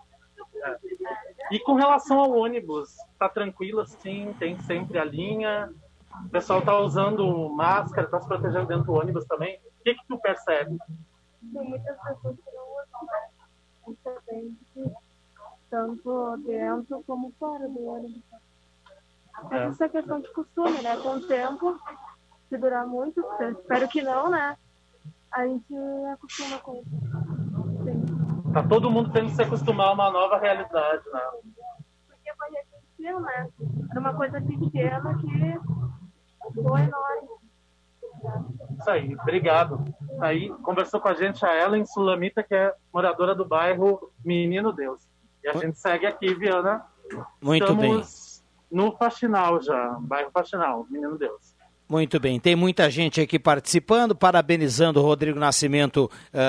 E com relação ao ônibus, tá tranquilo assim? Tem sempre a linha? O pessoal tá usando máscara, tá se protegendo dentro do ônibus também? O que tu percebe? Tem muitas pessoas que não usam, tanto dentro como fora do ônibus. Mas isso é questão de costume, né? Com o tempo, se durar muito, espero que não, né? A gente acostuma com isso. Sim. Tá todo mundo tendo que se acostumar a uma nova realidade, né? Porque foi repentino, né? Era uma coisa pequena que foi enorme. Isso aí, obrigado. Aí conversou com a gente a Ellen Sulamita, que é moradora do bairro Menino Deus. E a gente segue aqui, Viana. Muito bem. Estamos no Faxinal já, bairro Faxinal, Menino Deus. Muito bem, tem muita gente aqui participando, parabenizando o Rodrigo Nascimento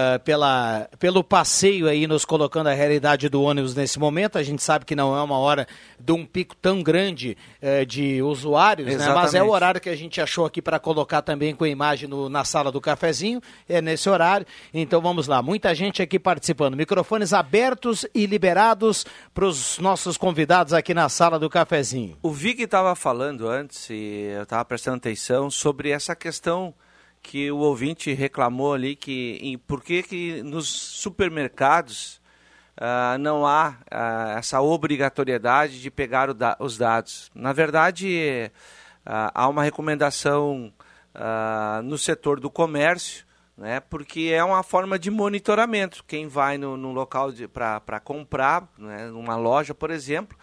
pelo passeio aí, nos colocando a realidade do ônibus nesse momento. A gente sabe que não é uma hora de um pico tão grande de usuários, né? Mas é o horário que a gente achou aqui para colocar também com a imagem na sala do cafezinho, é nesse horário. Então vamos lá, muita gente aqui participando. Microfones abertos e liberados para os nossos convidados aqui na sala do cafezinho. O Vig estava falando antes, e eu estava prestando atenção, sobre essa questão que o ouvinte reclamou ali, por que nos supermercados não há essa obrigatoriedade de pegar os dados. Na verdade, há uma recomendação no setor do comércio, né, porque é uma forma de monitoramento. Quem vai no local para comprar, né, numa loja, por exemplo,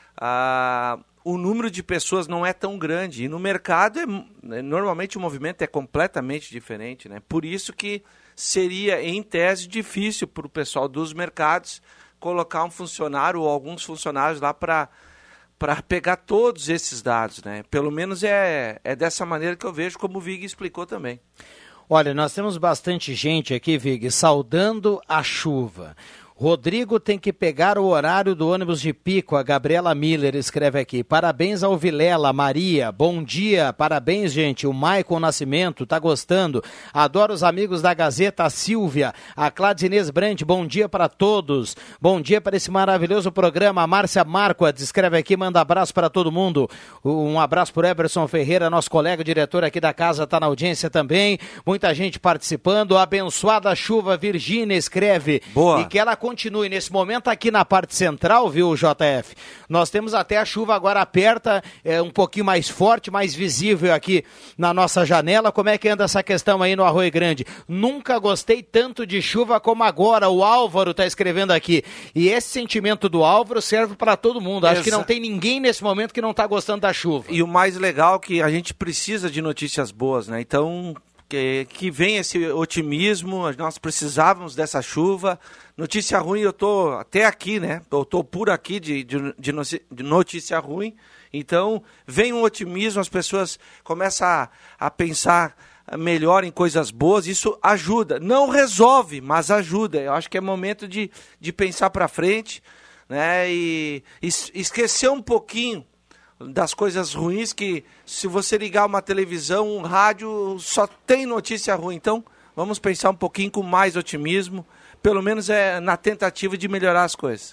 o número de pessoas não é tão grande. E no mercado, normalmente o movimento é completamente diferente, né? Por isso que seria, em tese, difícil para o pessoal dos mercados colocar um funcionário ou alguns funcionários lá para pegar todos esses dados, né? Pelo menos é dessa maneira que eu vejo, como o Vig explicou também. Olha, nós temos bastante gente aqui, Vig, saudando a chuva. Rodrigo tem que pegar o horário do ônibus de pico, a Gabriela Miller escreve aqui. Parabéns ao Vilela, Maria, bom dia, parabéns, gente. O Maicon Nascimento, tá gostando. Adoro os amigos da Gazeta, a Silvia, a Cladinês Brandt, bom dia para todos. Bom dia para esse maravilhoso programa. A Márcia Marquardt escreve aqui, manda abraço para todo mundo. Um abraço para o Eberson Ferreira, nosso colega diretor aqui da casa, tá na audiência também. Muita gente participando. A abençoada chuva, Virgínia escreve. Boa. E que ela continue nesse momento aqui na parte central, viu, JF? Nós temos até a chuva agora aperta, um pouquinho mais forte, mais visível aqui na nossa janela. Como é que anda essa questão aí no Arroio Grande? Nunca gostei tanto de chuva como agora, o Álvaro está escrevendo aqui. E esse sentimento do Álvaro serve para todo mundo. Acho que não tem ninguém nesse momento que não está gostando da chuva. E o mais legal é que a gente precisa de notícias boas, né? Então, que vem esse otimismo, nós precisávamos dessa chuva. Notícia ruim, eu tô até aqui, né? Eu tô por aqui de notícia ruim. Então, vem um otimismo, as pessoas começam a pensar melhor em coisas boas. Isso ajuda. Não resolve, mas ajuda. Eu acho que é momento de pensar para frente, né? E esquecer um pouquinho das coisas ruins, que se você ligar uma televisão, um rádio, só tem notícia ruim. Então, vamos pensar um pouquinho com mais otimismo, pelo menos na tentativa de melhorar as coisas.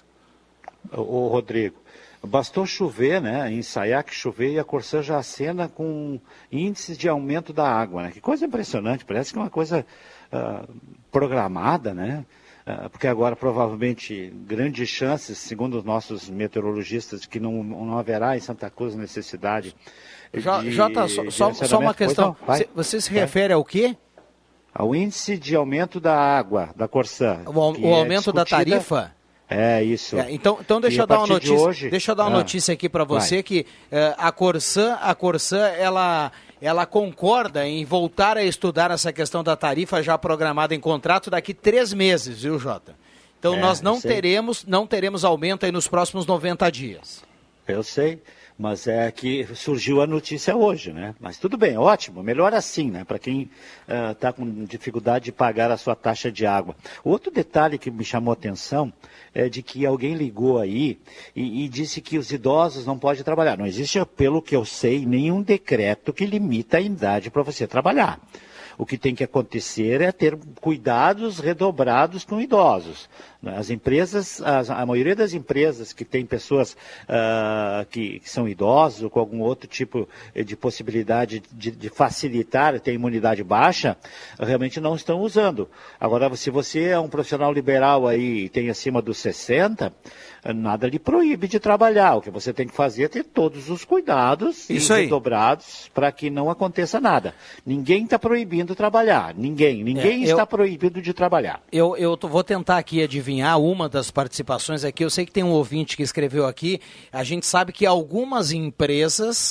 Ô Rodrigo, bastou chover, né, ensaiar que chover e a Corsã já acena com índices de aumento da água, né? Que coisa impressionante, parece que é uma coisa programada, né? Porque agora provavelmente grandes chances, segundo os nossos meteorologistas, que não haverá em Santa Cruz necessidade Jota, só uma questão, você se refere ao quê? Ao índice de aumento da água, da Corsã. O aumento da tarifa? É, isso. Então deixa eu dar uma notícia. Deixa eu dar uma notícia aqui para você, que a Corsã, ela concorda em voltar a estudar essa questão da tarifa já programada em contrato daqui 3 meses, viu, Jota? Então nós não teremos aumento aí nos próximos 90 dias. Eu sei, mas é que surgiu a notícia hoje, né? Mas tudo bem, ótimo, melhor assim, né? Para quem está com dificuldade de pagar a sua taxa de água. Outro detalhe que me chamou a atenção é de que alguém ligou aí e disse que os idosos não podem trabalhar. Não existe, pelo que eu sei, nenhum decreto que limita a idade para você trabalhar. O que tem que acontecer é ter cuidados redobrados com idosos. As empresas, a maioria das empresas que tem pessoas que são idosos ou com algum outro tipo de possibilidade de facilitar, ter imunidade baixa, realmente não estão usando. Agora, se você é um profissional liberal aí e tem acima dos 60, nada lhe proíbe de trabalhar. O que você tem que fazer é ter todos os cuidados redobrados para que não aconteça nada. Ninguém está proibindo indo trabalhar. Ninguém está proibido de trabalhar. Eu vou tentar aqui adivinhar uma das participações aqui. Eu sei que tem um ouvinte que escreveu aqui. A gente sabe que algumas empresas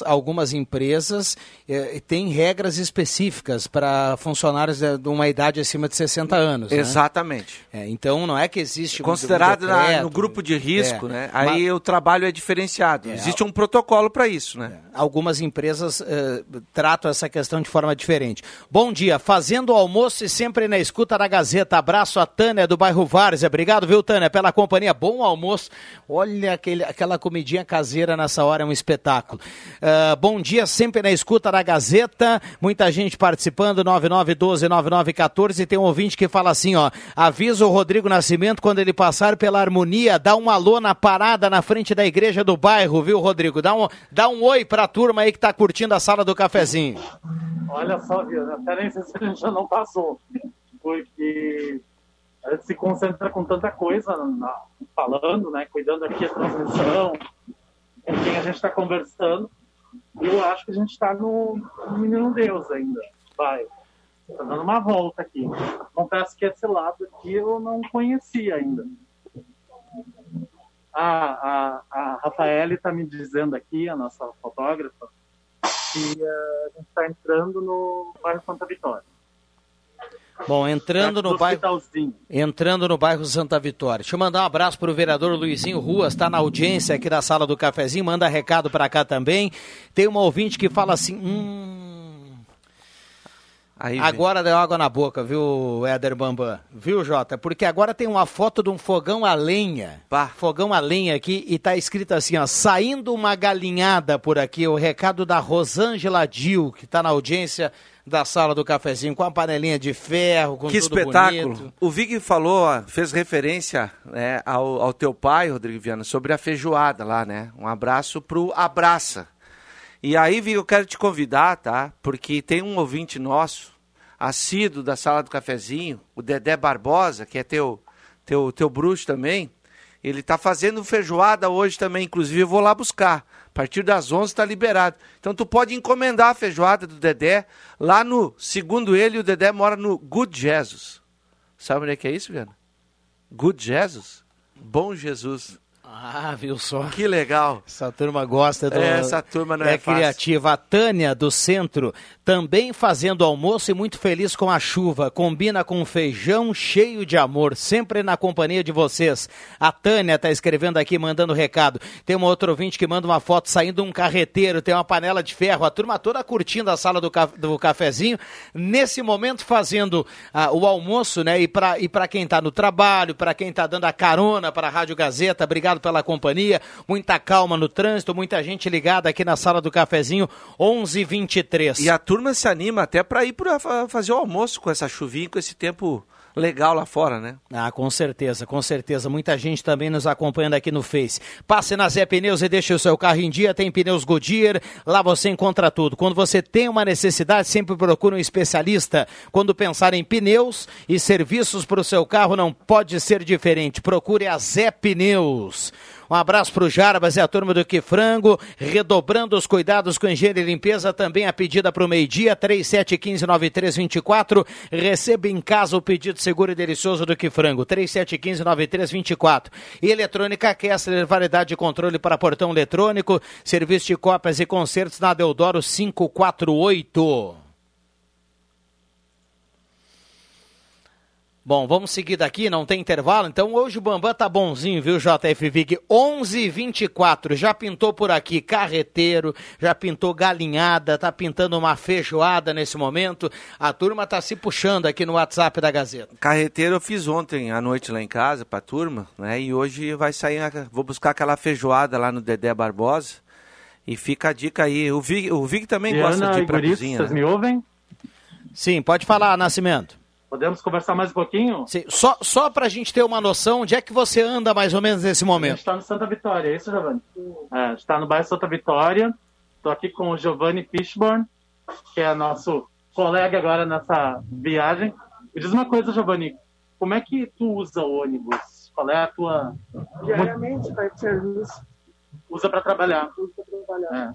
têm regras específicas para funcionários de uma idade acima de 60 anos. Exatamente. Né? Então não é que existe considerado no grupo de risco, né? Aí o trabalho é diferenciado. Existe um protocolo para isso, né? Algumas empresas tratam essa questão de forma diferente. Bom dia, fazendo o almoço e sempre na escuta da Gazeta. Abraço a Tânia do bairro Várzea. Obrigado, viu, Tânia, pela companhia. Bom almoço. Olha aquela comidinha caseira nessa hora, é um espetáculo. Bom dia, sempre na escuta da Gazeta. Muita gente participando, 9912-9914. Tem um ouvinte que fala assim, ó, avisa o Rodrigo Nascimento quando ele passar pela Harmonia, dá um alô na parada na frente da igreja do bairro, viu, Rodrigo? Dá um oi pra turma aí que tá curtindo a sala do cafezinho. Olha só, até nem sei se a gente já não passou, porque a gente se concentra com tanta coisa falando, né, cuidando aqui da transmissão, com quem a gente está conversando, e eu acho que a gente está no Menino Deus ainda, tá dando uma volta aqui. Confesso que esse lado aqui eu não conhecia ainda. A Rafaele está me dizendo aqui, a nossa fotógrafa, que a gente está entrando no bairro Santa Vitória. Bom, entrando no bairro Santa Vitória. Deixa eu mandar um abraço para o vereador Luizinho Ruas, está na audiência aqui da sala do cafezinho, manda recado para cá também. Tem uma ouvinte que fala assim, agora deu água na boca, viu, Éder Bambam? Viu, Jota? Porque agora tem uma foto de um fogão a lenha. Fogão a lenha aqui e tá escrito assim, ó, saindo uma galinhada por aqui, o recado da Rosângela Dil, que tá na audiência da sala do cafezinho, com a panelinha de ferro, com que tudo espetáculo. Bonito. O Vig falou, fez referência, né, ao teu pai, Rodrigo Viana, sobre a feijoada lá, né? Um abraço pro Abraça. E aí, Vig, eu quero te convidar, tá? Porque tem um ouvinte nosso, assíduo da sala do cafezinho, o Dedé Barbosa, que é teu bruxo também, ele tá fazendo feijoada hoje também, inclusive eu vou lá buscar. A partir das 11 está liberado. Então tu pode encomendar a feijoada do Dedé lá no, segundo ele, o Dedé mora no Good Jesus. Sabe onde é que é isso, Viana? Good Jesus? Bom Jesus. Ah, viu só? Que legal. Essa turma gosta. Essa turma não é fácil. Criativa. A Tânia, do centro, também fazendo almoço e muito feliz com a chuva. Combina com feijão cheio de amor, sempre na companhia de vocês. A Tânia está escrevendo aqui, mandando recado. Tem uma outra ouvinte que manda uma foto saindo um carreteiro, tem uma panela de ferro. A turma toda curtindo a sala do cafezinho. Nesse momento fazendo o almoço, né? E para quem está no trabalho, para quem está dando a carona para a Rádio Gazeta, obrigado pela companhia, muita calma no trânsito, muita gente ligada aqui na sala do cafezinho, 11h23. E a turma se anima até para ir para fazer o almoço com essa chuvinha, com esse tempo legal lá fora, né? Ah, com certeza, com certeza. Muita gente também nos acompanhando aqui no Face. Passe na Zé Pneus e deixe o seu carro em dia. Tem pneus Goodyear, lá você encontra tudo. Quando você tem uma necessidade, sempre procura um especialista. Quando pensar em pneus e serviços para o seu carro, não pode ser diferente. Procure a Zé Pneus. Um abraço para o Jarbas e a turma do Que Frango, redobrando os cuidados com higiene e limpeza, também a pedida para o meio-dia, 3715-9324, receba em casa o pedido seguro e delicioso do Que Frango, 3715-9324. E Eletrônica Kessler, variedade de controle para portão eletrônico, serviço de cópias e concertos na Deodoro 548. Bom, vamos seguir daqui, não tem intervalo, então hoje o Bambam tá bonzinho, viu, JF Vig? 11h24, já pintou por aqui carreteiro, já pintou galinhada, tá pintando uma feijoada nesse momento, a turma tá se puxando aqui no WhatsApp da Gazeta. Carreteiro eu fiz ontem à noite lá em casa pra turma, né, e hoje vai sair, vou buscar aquela feijoada lá no Dedé Barbosa, e fica a dica aí, o Vig também gosta de ir pra cozinha. Vocês me ouvem? Sim, pode falar, Nascimento. Podemos conversar mais um pouquinho? Sim, só para a gente ter uma noção, onde é que você anda mais ou menos nesse momento? A gente está no Santa Vitória, é isso, Giovanni? A gente está no bairro Santa Vitória, estou aqui com o Giovanni Fishborn, que é nosso colega agora nessa viagem. Me diz uma coisa, Giovanni, como é que tu usa o ônibus? Qual é a tua... Diariamente, vai de serviço. Usa para trabalhar? Usa para trabalhar. É.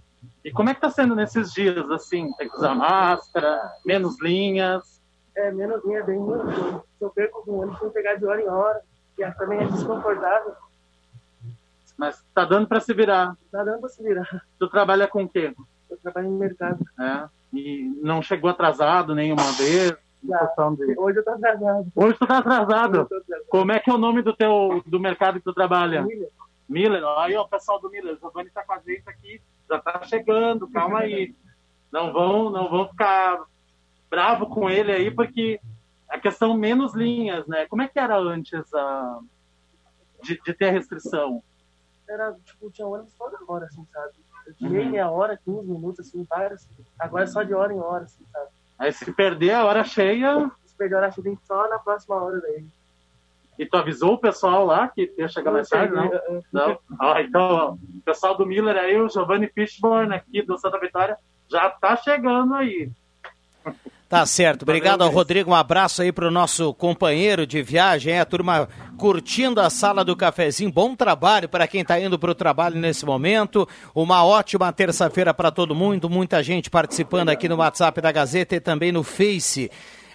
E como é que tá sendo nesses dias, assim? Tem que usar máscara, menos linhas? Menos linha bem muito. Se eu perco um ônibus, tem que pegar de hora em hora, que também é desconfortável. Mas tá dando para se virar? Tá dando para se virar. Tu trabalha com o quê? Eu trabalho no mercado. E não chegou atrasado nenhuma vez? Hoje eu tô atrasado. Hoje tu tá atrasado? Como é que é o nome do mercado que tu trabalha? Miller. Aí, ó, o pessoal do Miller, o Giovanni tá com a gente aqui, já tá chegando, calma aí. Não vão ficar bravo com ele aí, porque a questão menos linhas, né? Como é que era antes de ter a restrição? Era, tipo, tinha ônibus toda hora, assim, sabe? Meia hora, 15 minutos, assim, vários. Agora é só de hora em hora, assim, sabe? Aí se perder a hora cheia... Se perder a hora cheia, tem só na próxima hora daí. E tu avisou o pessoal lá que ia chegar mais tarde, não? Não? Então, o pessoal do Miller aí, o Giovanni Fishborn aqui do Santa Vitória, já tá chegando aí. Tá certo, obrigado ao Rodrigo, um abraço aí pro nosso companheiro de viagem, a turma curtindo a sala do cafezinho, bom trabalho para quem tá indo pro trabalho nesse momento, uma ótima terça-feira para todo mundo, muita gente participando aqui no WhatsApp da Gazeta e também no Face,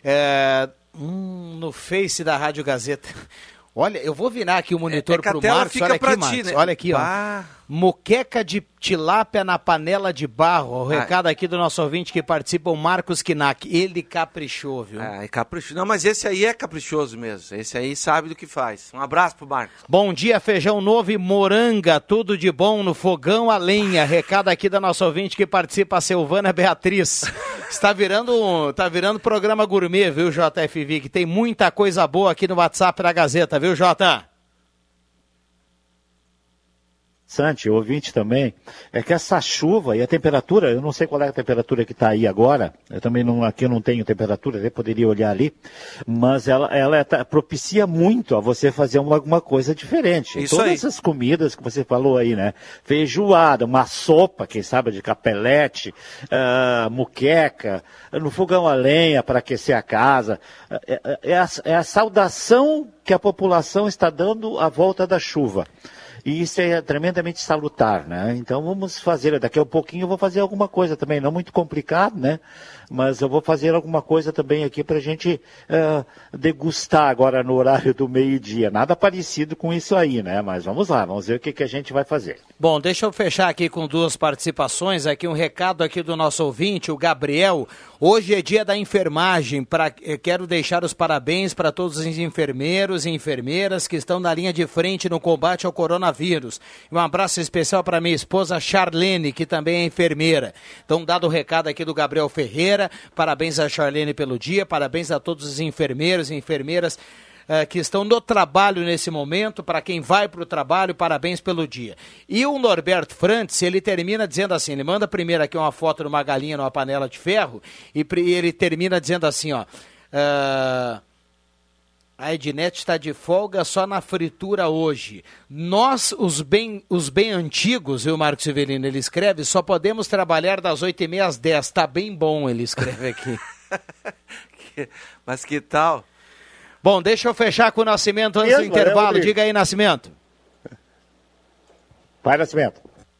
no Face da Rádio Gazeta. Olha, eu vou virar aqui o monitor pro Marcos, olha aqui, Marcos, né? Olha aqui, ó. Moqueca de tilápia na panela de barro. O recado aqui do nosso ouvinte que participa, o Marcos Kinak. Ele caprichou, viu? Caprichou. Não, mas esse aí é caprichoso mesmo. Esse aí sabe do que faz. Um abraço pro Marcos. Bom dia, feijão novo e moranga. Tudo de bom no fogão a lenha. Recado aqui da nossa ouvinte que participa, a Silvana Beatriz. Está virando programa gourmet, viu, JFV? Que tem muita coisa boa aqui no WhatsApp da Gazeta, viu, Jota? Interessante, o ouvinte também, é que essa chuva e a temperatura, eu não sei qual é a temperatura que está aí agora, eu também aqui eu não tenho temperatura, até poderia olhar ali, mas ela propicia muito a você fazer alguma coisa diferente. Isso Todas aí. essas comidas que você falou aí, né? Feijoada, uma sopa, quem sabe, de capelete, muqueca, no fogão a lenha para aquecer a casa, é a saudação que a população está dando à volta da chuva. E isso é tremendamente salutar, né? Então vamos fazer, daqui a um pouquinho eu vou fazer alguma coisa também, não muito complicado, né? Mas eu vou fazer alguma coisa também aqui para a gente degustar agora no horário do meio-dia. Nada parecido com isso aí, né? Mas vamos lá, vamos ver o que a gente vai fazer. Bom, deixa eu fechar aqui com duas participações, aqui um recado aqui do nosso ouvinte, o Gabriel. Hoje é dia da enfermagem, quero deixar os parabéns para todos os enfermeiros e enfermeiras que estão na linha de frente no combate ao coronavírus. Um abraço especial para minha esposa Charlene, que também é enfermeira. Então, dado o recado aqui do Gabriel Ferreira, parabéns a Charlene pelo dia, parabéns a todos os enfermeiros e enfermeiras que estão no trabalho nesse momento, para quem vai para o trabalho, parabéns pelo dia. E o Norberto Frantz, ele termina dizendo assim, ele manda primeiro aqui uma foto de uma galinha numa panela de ferro, e ele termina dizendo assim, ó, a Ednete está de folga só na fritura hoje. Nós, os bem antigos, viu, Marcos Severino, ele escreve, só podemos trabalhar das 8h30 às 10. Tá bem bom, ele escreve aqui. Mas que tal? Bom, deixa eu fechar com o Nascimento antes do intervalo. Diga aí, Nascimento. Vai, Nascimento.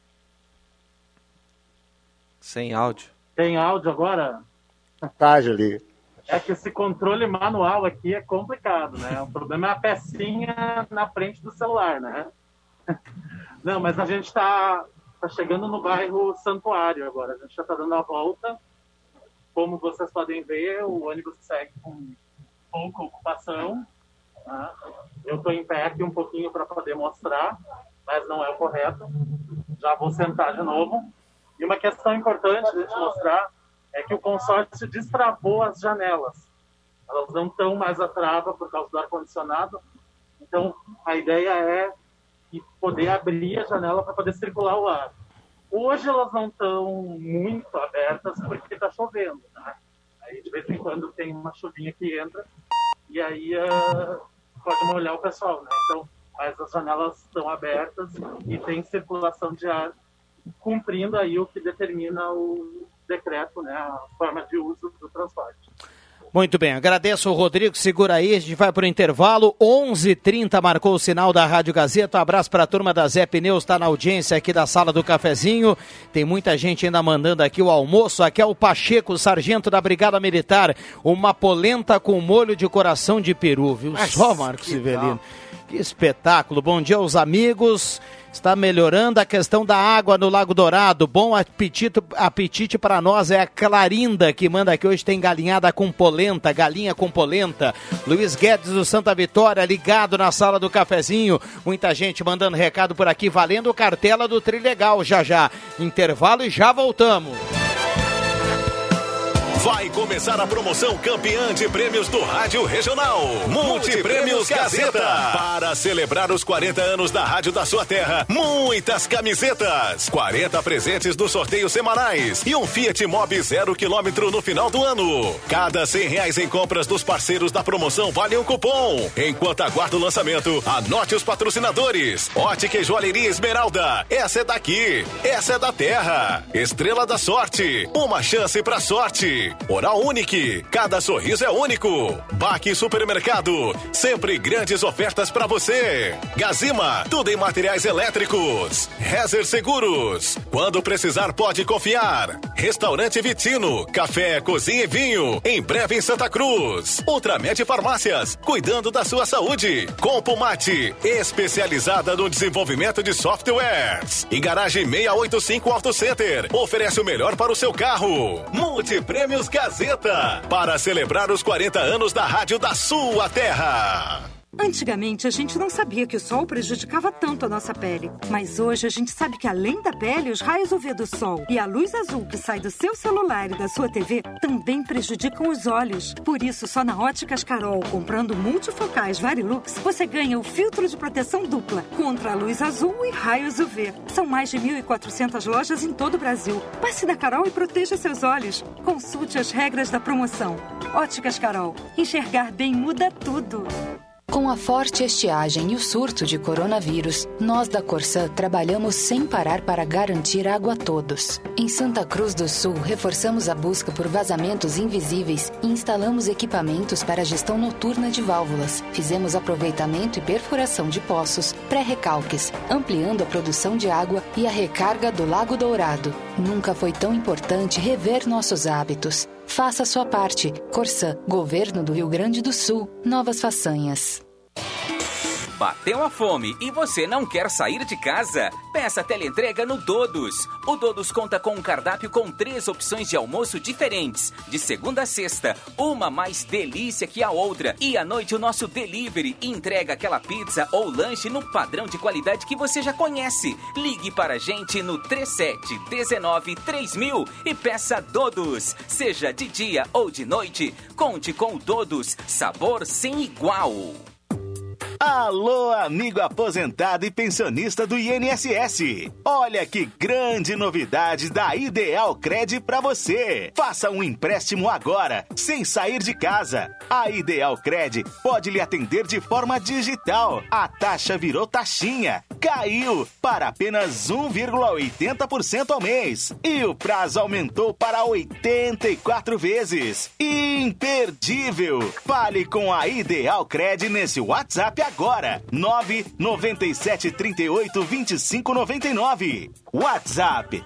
Sem áudio. Tem áudio agora? Tá, Julie. É que esse controle manual aqui é complicado, né? O problema é a pecinha na frente do celular, né? Não, mas a gente tá chegando no bairro Santuário agora. A gente já tá dando a volta. Como vocês podem ver, o ônibus segue com pouca ocupação. Tá? Eu estou em pé aqui um pouquinho para poder mostrar, mas não é o correto. Já vou sentar de novo. E uma questão importante de te mostrar é que o consórcio destravou as janelas. Elas não estão mais à trava por causa do ar-condicionado. Então, a ideia é poder abrir a janela para poder circular o ar. Hoje elas não estão muito abertas porque está chovendo. Né? Aí, de vez em quando, tem uma chuvinha que entra e aí pode molhar o pessoal. Né? Então, mas as janelas estão abertas e tem circulação de ar, cumprindo aí o que determina o decreto, né, a forma de uso do transporte. Muito bem, agradeço o Rodrigo, segura aí, a gente vai para o intervalo, 11h30 marcou o sinal da Rádio Gazeta, um abraço para a turma da Zé Pneus, está na audiência aqui da sala do cafezinho, tem muita gente ainda mandando aqui o almoço, aqui é o Pacheco, sargento da Brigada Militar, uma polenta com molho de coração de peru, viu só, Marcos Civelino? Que espetáculo, bom dia aos amigos. Está melhorando a questão da água no Lago Dourado. Bom apetite para nós. É a Clarinda que manda aqui hoje. Tem galinhada com polenta, galinha com polenta. Luiz Guedes do Santa Vitória, ligado na sala do cafezinho. Muita gente mandando recado por aqui, valendo cartela do Trilegal. Já. Intervalo e já voltamos. Vai começar a promoção campeã de prêmios do Rádio Regional. Multiprêmios Gazeta. Para celebrar os 40 anos da Rádio da sua terra, muitas camisetas, 40 presentes dos sorteios semanais e um Fiat Mobi 0 km no final do ano. Cada R$100 em compras dos parceiros da promoção vale um cupom. Enquanto aguarda o lançamento, anote os patrocinadores. Ótica e Joalheria Esmeralda. Essa é daqui. Essa é da terra. Estrela da Sorte. Uma chance pra sorte. Oral Unique, cada sorriso é único. Baque Supermercado, sempre grandes ofertas para você. Gazima, tudo em materiais elétricos. Rezer Seguros, quando precisar pode confiar. Restaurante Vitino, café, cozinha e vinho, em breve em Santa Cruz. Ultramed Farmácias, cuidando da sua saúde. Compumate, especializada no desenvolvimento de softwares. E Garagem 685 Auto Center, oferece o melhor para o seu carro. Multiprêmios Gazeta, para celebrar os 40 anos da rádio da sua terra. Antigamente, a gente não sabia que o sol prejudicava tanto a nossa pele. Mas hoje a gente sabe que além da pele, os raios UV do sol e a luz azul que sai do seu celular e da sua TV também prejudicam os olhos. Por isso, só na Óticas Carol, comprando multifocais Varilux, você ganha o filtro de proteção dupla contra a luz azul e raios UV. São mais de 1.400 lojas em todo o Brasil. Passe na Carol e proteja seus olhos. Consulte as regras da promoção. Óticas Carol. Enxergar bem muda tudo. Com a forte estiagem e o surto de coronavírus, nós da Corsã trabalhamos sem parar para garantir água a todos. Em Santa Cruz do Sul, reforçamos a busca por vazamentos invisíveis e instalamos equipamentos para a gestão noturna de válvulas. Fizemos aproveitamento e perfuração de poços, pré-recalques, ampliando a produção de água e a recarga do Lago Dourado. Nunca foi tão importante rever nossos hábitos. Faça a sua parte. Corsã, Governo do Rio Grande do Sul. Novas façanhas. Bateu a fome e você não quer sair de casa? Peça a teleentrega no Dodos. O Dodos conta com um cardápio com 3 opções de almoço diferentes. De segunda a sexta, uma mais delícia que a outra. E à noite o nosso delivery entrega aquela pizza ou lanche no padrão de qualidade que você já conhece. Ligue para a gente no 3719-3000 e peça Dodos. Seja de dia ou de noite, conte com o Dodos. Sabor sem igual. Alô, amigo aposentado e pensionista do INSS. Olha que grande novidade da Ideal Cred para você. Faça um empréstimo agora, sem sair de casa. A Ideal Cred pode lhe atender de forma digital. A taxa virou taxinha. Caiu para apenas 1,80% ao mês. E o prazo aumentou para 84 vezes. Imperdível! Fale com a Ideal Cred nesse WhatsApp agora. 997382599. WhatsApp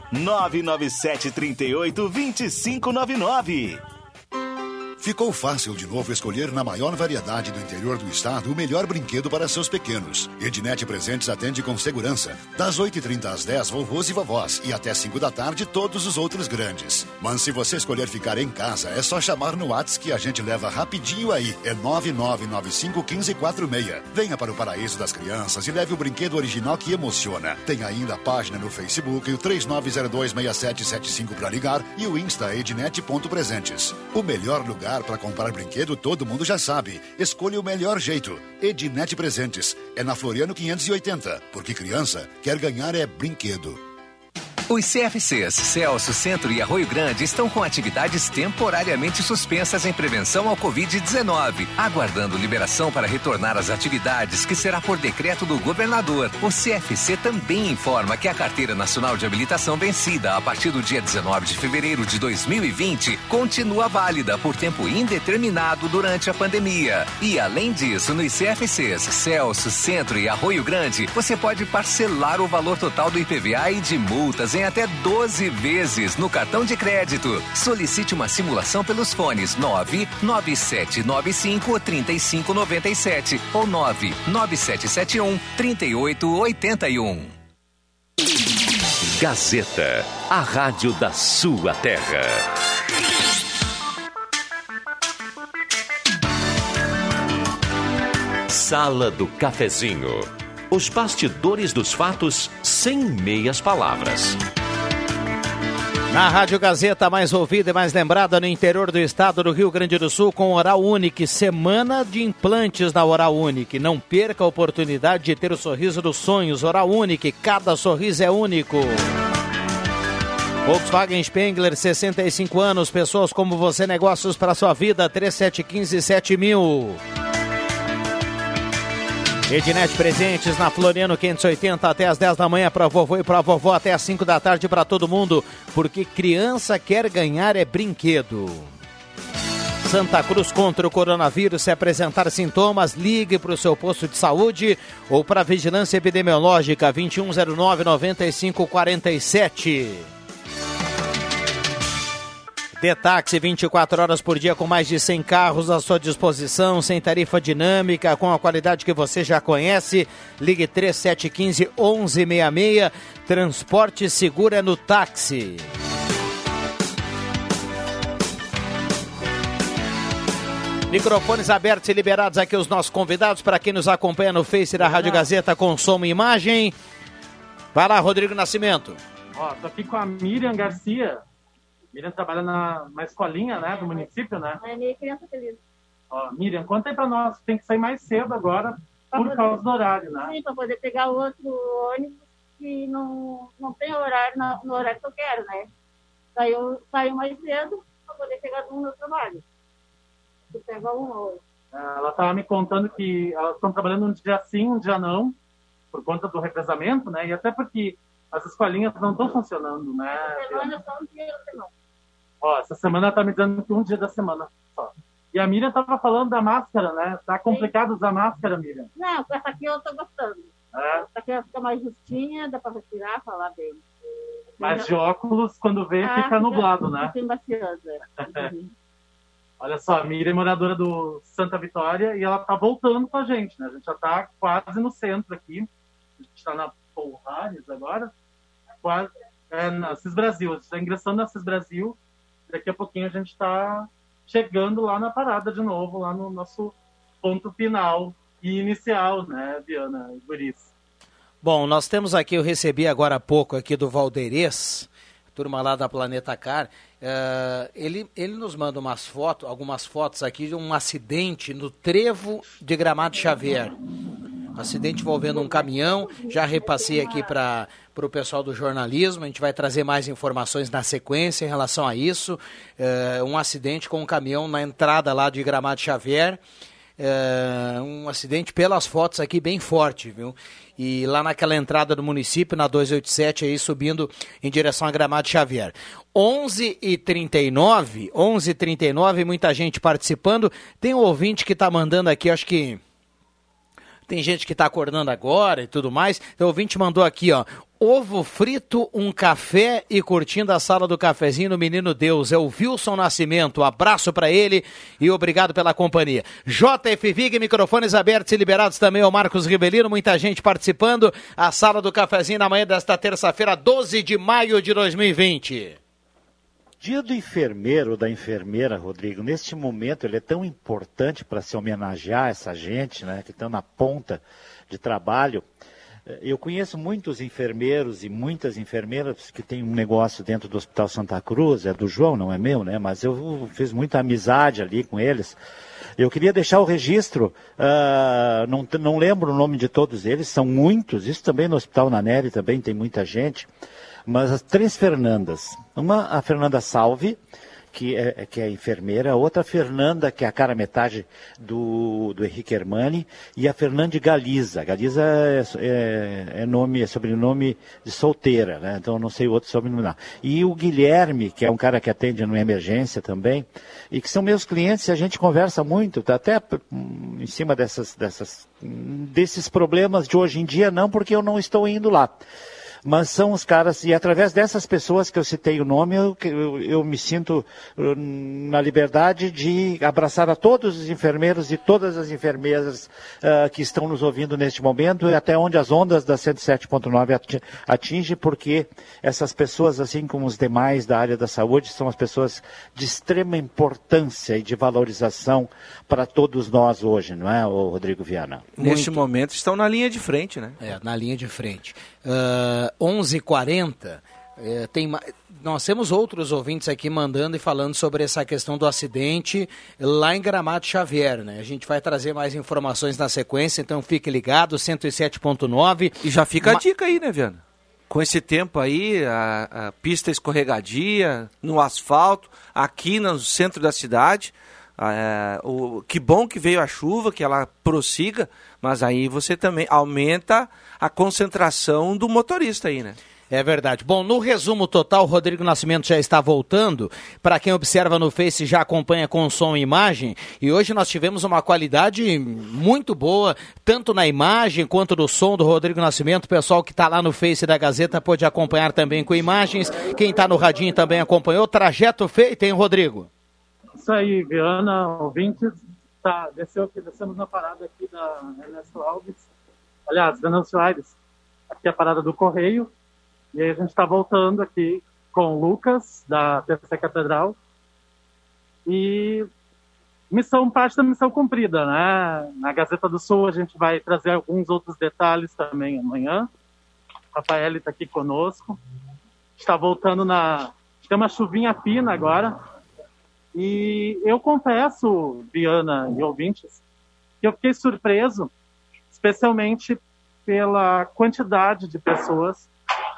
997382599. Ficou fácil de novo escolher na maior variedade do interior do estado o melhor brinquedo para seus pequenos. Ednet Presentes atende com segurança. Das 8h30 às 10, vovôs e vovós. E até 5 da tarde, todos os outros grandes. Mas se você escolher ficar em casa, é só chamar no WhatsApp que a gente leva rapidinho aí. É 99951546. Venha para o Paraíso das Crianças e leve o brinquedo original que emociona. Tem ainda a página no Facebook e o 39026775 para ligar e o Insta ednet.presentes. O melhor lugar para comprar brinquedo, todo mundo já sabe. Escolha o melhor jeito. Ednet Presentes. É na Floriano 580. Porque criança quer ganhar é brinquedo. Os CFCs Celso, Centro e Arroio Grande estão com atividades temporariamente suspensas em prevenção ao Covid-19, aguardando liberação para retornar às atividades, que será por decreto do governador. O CFC também informa que a Carteira Nacional de Habilitação vencida a partir do dia 19 de fevereiro de 2020 continua válida por tempo indeterminado durante a pandemia. E além disso, nos CFCs Celso, Centro e Arroio Grande, você pode parcelar o valor total do IPVA e de multas em até 12 vezes no cartão de crédito. Solicite uma simulação pelos fones 99795-3597 ou 99771-3881. Gazeta, a rádio da sua terra. Sala do Cafezinho. Os bastidores dos fatos sem meias palavras. Na Rádio Gazeta, mais ouvida e mais lembrada no interior do estado do Rio Grande do Sul, com Oral Unique, semana de implantes na Oral Unique. Não perca a oportunidade de ter o sorriso dos sonhos. Oral Unique, cada sorriso é único. Volkswagen Spengler, 65 anos, pessoas como você, negócios para sua vida, 3715-7000. Ednet Presentes na Floriano 580 até as 10 da manhã para vovô e para vovó, até as 5 da tarde para todo mundo, porque criança quer ganhar é brinquedo. Santa Cruz contra o coronavírus, se apresentar sintomas, ligue para o seu posto de saúde ou para a Vigilância Epidemiológica 2109-9547. Detaxi, 24 horas por dia com mais de 100 carros à sua disposição, sem tarifa dinâmica, com a qualidade que você já conhece. Ligue 3715-1166. Transporte seguro é no táxi. Microfones abertos e liberados aqui os nossos convidados. Para quem nos acompanha no Face da Rádio Gazeta com som e imagem. Vai lá, Rodrigo Nascimento. Tô aqui com a Miriam Garcia. Miriam trabalha na escolinha, né, do município, né? É minha criança feliz. Miriam, conta aí pra nós, tem que sair mais cedo agora por causa do horário, né? Sim, para poder pegar outro ônibus que não tem horário no horário que eu quero, né? Saio mais cedo para poder pegar no meu trabalho. Eu pego hoje. Ela estava me contando que elas estão trabalhando um dia sim, um dia não, por conta do represamento, né? E até porque as escolinhas não estão funcionando, né? Semana só um dia da semana. Essa semana ela tá me dando que um dia da semana só. E a Miriam tava falando da máscara, né? Tá complicado usar máscara, Miriam? Não, com essa aqui eu tô gostando. Essa aqui fica mais justinha, dá pra respirar, falar bem. Mas de óculos, quando vê, fica nublado, né? Fica embacioso, Olha só, a Miriam é moradora do Santa Vitória e ela tá voltando com a gente, né? A gente já tá quase no centro aqui. A gente tá na Polaris agora. Quase, na CIS Brasil. A gente tá ingressando na CIS Brasil. Daqui a pouquinho a gente está chegando lá na parada de novo, lá no nosso ponto final e inicial, né, Viana e Guris? Bom, nós temos aqui, eu recebi agora há pouco aqui do Valdeirês, turma lá da Planeta Car, ele nos manda algumas fotos aqui de um acidente no trevo de Gramado Xavier. Acidente envolvendo um caminhão, já repassei aqui para o pessoal do jornalismo, a gente vai trazer mais informações na sequência em relação a isso. Um acidente com um caminhão na entrada lá de Gramado Xavier, um acidente pelas fotos aqui bem forte, viu? E lá naquela entrada do município, na 287, aí subindo em direção a Gramado Xavier. 11h39, muita gente participando. Tem um ouvinte que está mandando aqui, acho que tem gente que está acordando agora e tudo mais. O ouvinte mandou aqui, ovo frito, um café e curtindo a sala do cafezinho no Menino Deus. É o Wilson Nascimento. Abraço para ele e obrigado pela companhia. JF Vig, microfones abertos e liberados também ao Marcos Ribelino. Muita gente participando. A sala do cafezinho na manhã desta terça-feira, 12 de maio de 2020. Dia do enfermeiro ou da enfermeira, Rodrigo, neste momento ele é tão importante para se homenagear essa gente, né, que estão na ponta de trabalho. Eu conheço muitos enfermeiros e muitas enfermeiras que têm um negócio dentro do Hospital Santa Cruz, é do João, não é meu, né, mas eu fiz muita amizade ali com eles. Eu queria deixar o registro, não lembro o nome de todos eles, são muitos, isso também no Hospital Nanelli também tem muita gente. mas as 3 Fernandas. Uma, a Fernanda Salve, que é enfermeira, outra Fernanda, que é a cara metade do Henrique Hermani, e a Fernanda Galiza. Galiza é sobrenome de solteira, né? Então eu não sei o outro sobrenome não. E o Guilherme, que é um cara que atende numa emergência também, e que são meus clientes, e a gente conversa muito, tá até em cima desses problemas de hoje em dia, não porque eu não estou indo lá. Mas são os caras, e através dessas pessoas que eu citei o nome, eu me sinto na liberdade de abraçar a todos os enfermeiros e todas as enfermeiras que estão nos ouvindo neste momento, e até onde as ondas da 107.9 atingem, porque essas pessoas, assim como os demais da área da saúde, são as pessoas de extrema importância e de valorização para todos nós hoje, não é, Rodrigo Viana? Neste momento estão na linha de frente, né? Na linha de frente. 11h40, nós temos outros ouvintes aqui mandando e falando sobre essa questão do acidente lá em Gramado Xavier, né? A gente vai trazer mais informações na sequência, então fique ligado, 107.9. E já fica a dica aí, né, Viana? Com esse tempo aí, a pista escorregadia, no asfalto, aqui no centro da cidade, que bom que veio a chuva, que ela prossiga, mas aí você também aumenta a concentração do motorista aí, né? É verdade. Bom, no resumo total, o Rodrigo Nascimento já está voltando. Para quem observa no Face, já acompanha com som e imagem. E hoje nós tivemos uma qualidade muito boa, tanto na imagem quanto no som do Rodrigo Nascimento. O pessoal que está lá no Face da Gazeta pode acompanhar também com imagens. Quem está no radinho também acompanhou. Trajeto feito, hein, Rodrigo? Isso aí, Viana, ouvintes. Descemos na parada aqui da Ernesto Alves. Aliás, Venâncio Aires. Aqui é a parada do Correio. E aí a gente está voltando aqui com o Lucas, da TC Catedral. E parte da missão cumprida, né? Na Gazeta do Sul a gente vai trazer alguns outros detalhes também amanhã. A Rafael está aqui conosco. Está voltando tem uma chuvinha fina agora. E eu confesso, Viana e ouvintes, que eu fiquei surpreso, especialmente pela quantidade de pessoas.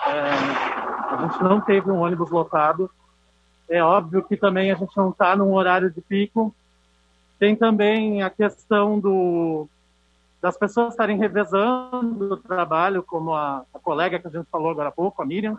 A gente não teve um ônibus lotado. É óbvio que também a gente não está num horário de pico. Tem também a questão das pessoas estarem revezando o trabalho, como a colega que a gente falou agora há pouco, a Miriam.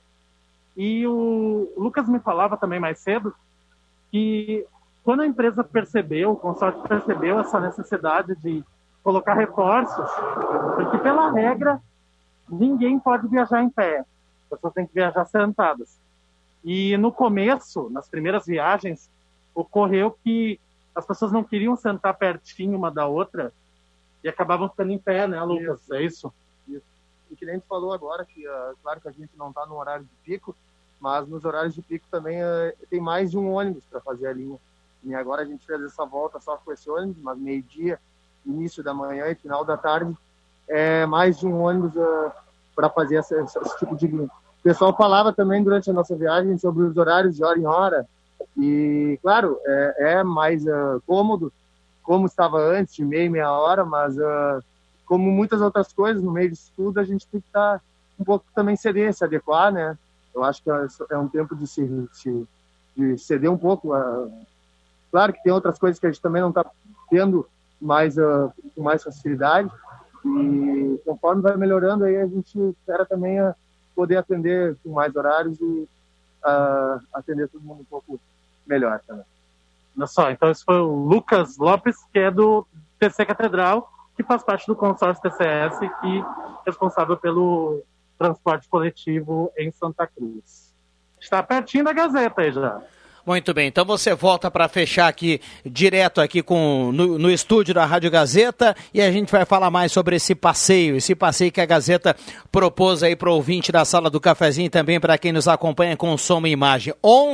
E o Lucas me falava também mais cedo que quando a empresa percebeu, o consórcio percebeu essa necessidade de colocar reforços, porque pela regra ninguém pode viajar em pé, as pessoas têm que viajar sentadas. E no começo, nas primeiras viagens, ocorreu que as pessoas não queriam sentar pertinho uma da outra e acabavam ficando em pé, né, Lucas? Isso. É isso? Isso. E que nem tu falou agora, que claro que a gente não está no horário de pico, mas nos horários de pico também tem mais de um ônibus para fazer a linha. E agora a gente fez essa volta só com esse ônibus, mas meio-dia, início da manhã e final da tarde, mais de um ônibus para fazer esse tipo de linha. O pessoal falava também durante a nossa viagem sobre os horários de hora em hora, e claro, é mais cômodo, como estava antes, de meia hora, mas como muitas outras coisas, no meio disso tudo, a gente tem que estar um pouco também ceder, se adequar, né? Eu acho que é um tempo de de ceder um pouco. Claro que tem outras coisas que a gente também não está tendo com mais facilidade, e conforme vai melhorando, aí a gente espera também poder atender com mais horários e atender todo mundo um pouco melhor também. Olha só, então esse foi o Lucas Lopes, que é do TC Catedral, que faz parte do consórcio TCS, que é responsável pelo transporte coletivo em Santa Cruz. Está pertinho da Gazeta aí já. Muito bem, então você volta para fechar aqui, direto aqui no estúdio da Rádio Gazeta, e a gente vai falar mais sobre esse passeio que a Gazeta propôs aí para o ouvinte da Sala do Cafezinho e também para quem nos acompanha com som e imagem.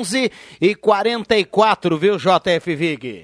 11h44, viu, JF Vig?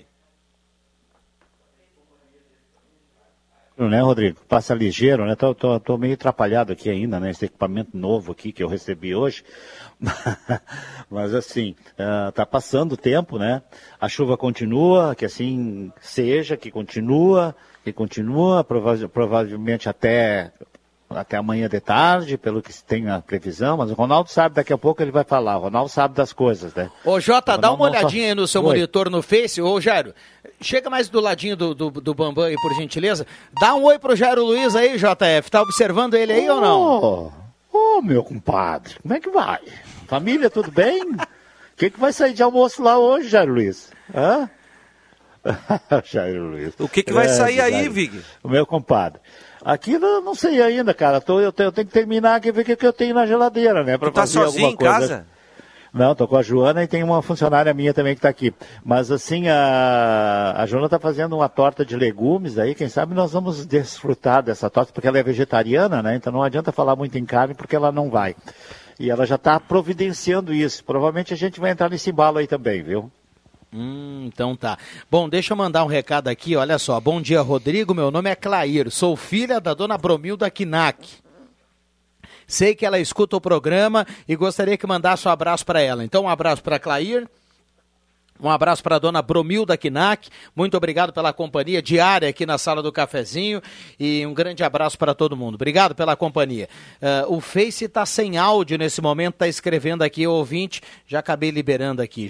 Né, Rodrigo? Passa ligeiro, né? Tô meio atrapalhado aqui ainda, né? Esse equipamento novo aqui que eu recebi hoje. Mas assim, tá passando o tempo, né? A chuva continua, que assim seja, que continua, provavelmente até até amanhã de tarde, pelo que tem a previsão, mas o Ronaldo sabe, daqui a pouco ele vai falar. O Ronaldo sabe das coisas, né? Ô, Jota, dá uma olhadinha aí no seu monitor no Face. Ô, Jairo, chega mais do ladinho do Bambam aí, por gentileza. Dá um oi pro Jairo Luiz aí, JF. Tá observando ele aí ou não? Ô, meu compadre, como é que vai? Família, tudo bem? O que vai sair de almoço lá hoje, Jairo Luiz? Hã? Jairo Luiz. O que vai sair aí, Vig? O meu compadre. Aqui eu não sei ainda, cara. Eu tenho que terminar aqui e ver o que eu tenho na geladeira, né? Pra tu tá fazer sozinho alguma coisa. em casa? Não, tô com a Joana e tem uma funcionária minha também que tá aqui. Mas assim, a Joana tá fazendo uma torta de legumes aí, quem sabe nós vamos desfrutar dessa torta, porque ela é vegetariana, né? Então não adianta falar muito em carne, porque ela não vai. E ela já tá providenciando isso. Provavelmente a gente vai entrar nesse embalo aí também, viu? Então tá. Bom, deixa eu mandar um recado aqui, olha só. Bom dia, Rodrigo, meu nome é Clair, sou filha da dona Bromilda Knack. Sei que ela escuta o programa e gostaria que mandasse um abraço para ela. Então, um abraço para Clair. Um abraço para a dona Bromilda Knack, muito obrigado pela companhia diária aqui na sala do cafezinho e um grande abraço para todo mundo. Obrigado pela companhia. O Face está sem áudio nesse momento, está escrevendo aqui, ouvinte, já acabei liberando aqui.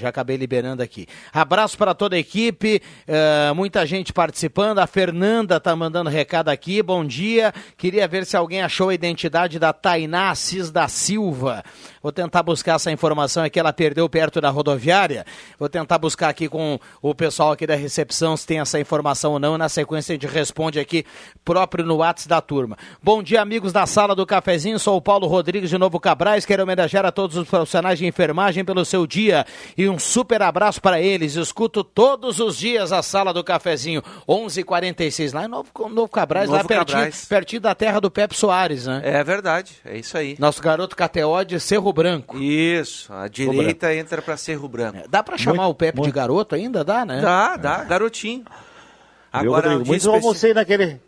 Abraço para toda a equipe, muita gente participando, a Fernanda está mandando recado aqui, bom dia, queria ver se alguém achou a identidade da Tainá Assis da Silva. Vou tentar buscar essa informação aqui, ela perdeu perto da rodoviária, vou tentar buscar aqui com o pessoal aqui da recepção se tem essa informação ou não, e na sequência a gente responde aqui próprio no WhatsApp da turma. Bom dia, amigos da sala do cafezinho, sou o Paulo Rodrigues de Novo Cabrais, quero homenagear a todos os profissionais de enfermagem pelo seu dia e um super abraço para eles, escuto todos os dias a sala do cafezinho, 11h46, lá em Novo Cabrais, lá pertinho da terra do Pepe Soares, né? É verdade, é isso aí. Nosso garoto KTO de Cerro Branco. Isso, a direita entra para Cerro Branco. Dá para chamar o Pepe de garoto ainda? Dá, né? Dá, garotinho. Agora, eu almocei naquele...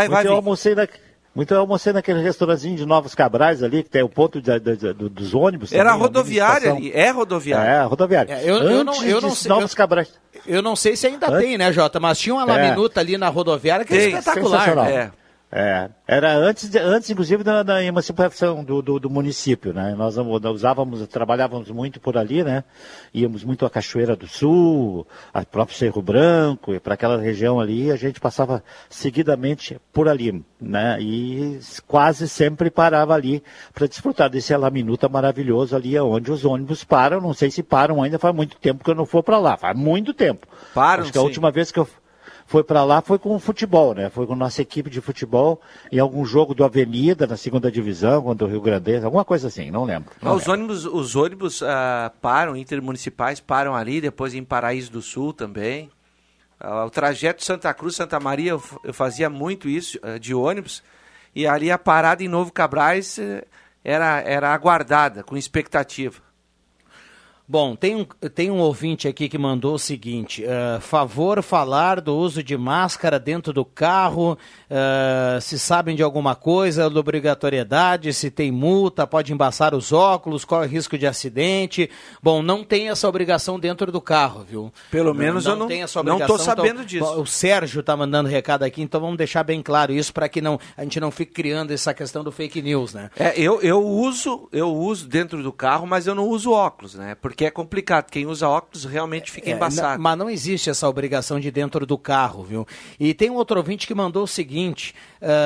Eu almocei naquele restaurantinho de Novos Cabrais ali, que tem o ponto dos ônibus. Era rodoviária ali, é rodoviária. É, rodoviária. Eu não sei, Novos Cabrais. Eu não sei se ainda tem, né, Jota? Mas tinha uma laminuta ali na rodoviária que é espetacular. Era antes inclusive da emancipação do município, né? Nós trabalhávamos muito por ali, né? Íamos muito à Cachoeira do Sul, ao próprio Cerro Branco, e para aquela região ali a gente passava seguidamente por ali, né? E quase sempre parava ali para desfrutar desse laminuta maravilhoso ali, onde os ônibus param. Não sei se param ainda, faz muito tempo que eu não for para lá, faz muito tempo. Param, acho que a última vez que eu foi para lá, foi com o futebol, né? Foi com a nossa equipe de futebol em algum jogo do Avenida, na segunda divisão, contra o Rio Grandense, alguma coisa assim, não lembro. Os ônibus param, intermunicipais param ali, depois em Paraíso do Sul também. O trajeto Santa Cruz, Santa Maria, eu fazia muito isso, de ônibus, e ali a parada em Novo Cabrais era aguardada, com expectativa. Bom, tem um ouvinte aqui que mandou o seguinte, favor falar do uso de máscara dentro do carro, se sabem de alguma coisa, da obrigatoriedade, se tem multa, pode embaçar os óculos, qual é o risco de acidente. Bom, não tem essa obrigação dentro do carro, viu? Pelo menos eu não estou sabendo disso. O Sérgio está mandando recado aqui, então vamos deixar bem claro isso para que a gente não fique criando essa questão do fake news, né? Eu uso dentro do carro, mas eu não uso óculos, né? Porque é complicado, quem usa óculos realmente fica embaçado. Mas não existe essa obrigação de dentro do carro, viu? E tem um outro ouvinte que mandou o seguinte,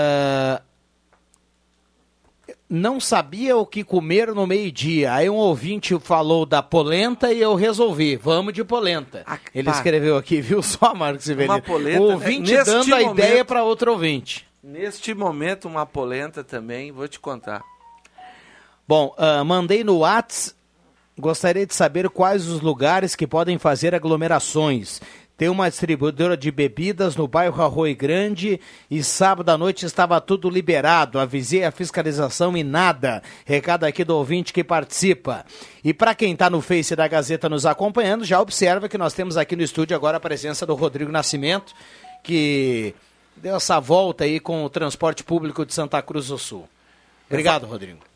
não sabia o que comer no meio-dia. Aí um ouvinte falou da polenta e eu resolvi, vamos de polenta. Ele escreveu aqui, viu só, Marcos Severino? Uma polenta, o ouvinte dando a ideia para outro ouvinte. Neste momento, uma polenta também, vou te contar. Bom, mandei no WhatsApp. Gostaria de saber quais os lugares que podem fazer aglomerações. Tem uma distribuidora de bebidas no bairro Arroio Grande e sábado à noite estava tudo liberado. Avisei a fiscalização e nada. Recado aqui do ouvinte que participa. E para quem está no Face da Gazeta nos acompanhando, já observa que nós temos aqui no estúdio agora a presença do Rodrigo Nascimento, que deu essa volta aí com o transporte público de Santa Cruz do Sul. Obrigado, Rodrigo.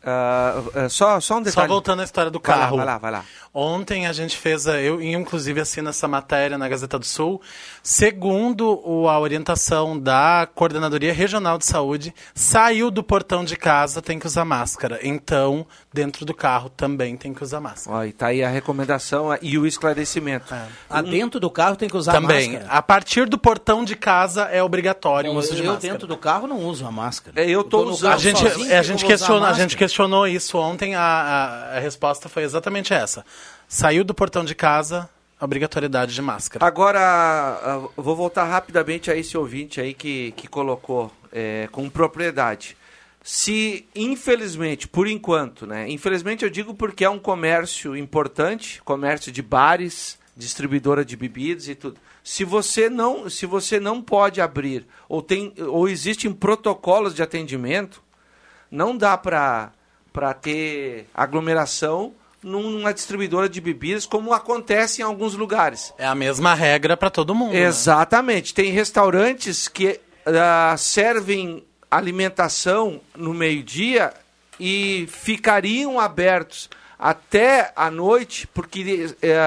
Só um detalhe. Só voltando à história do carro. Vai lá. Ontem a gente fez, eu inclusive assino essa matéria na Gazeta do Sul, segundo a orientação da Coordenadoria Regional de Saúde, saiu do portão de casa, tem que usar máscara. Então, dentro do carro também tem que usar máscara. E tá aí a recomendação e o esclarecimento. Dentro do carro tem que usar também, máscara? A partir do portão de casa é obrigatório o uso de máscara. Eu dentro do carro não uso a máscara. Eu tô usando. A gente questionou isso ontem, a resposta foi exatamente essa. Saiu do portão de casa, obrigatoriedade de máscara. Agora, vou voltar rapidamente a esse ouvinte aí que colocou com propriedade. Se, infelizmente, por enquanto, né? Infelizmente eu digo porque é um comércio importante, comércio de bares, distribuidora de bebidas e tudo. Se você não pode abrir, ou existem protocolos de atendimento, não dá para ter aglomeração numa distribuidora de bebidas, como acontece em alguns lugares. É a mesma regra para todo mundo. Exatamente. Né? Tem restaurantes que servem alimentação no meio-dia e ficariam abertos até a noite, porque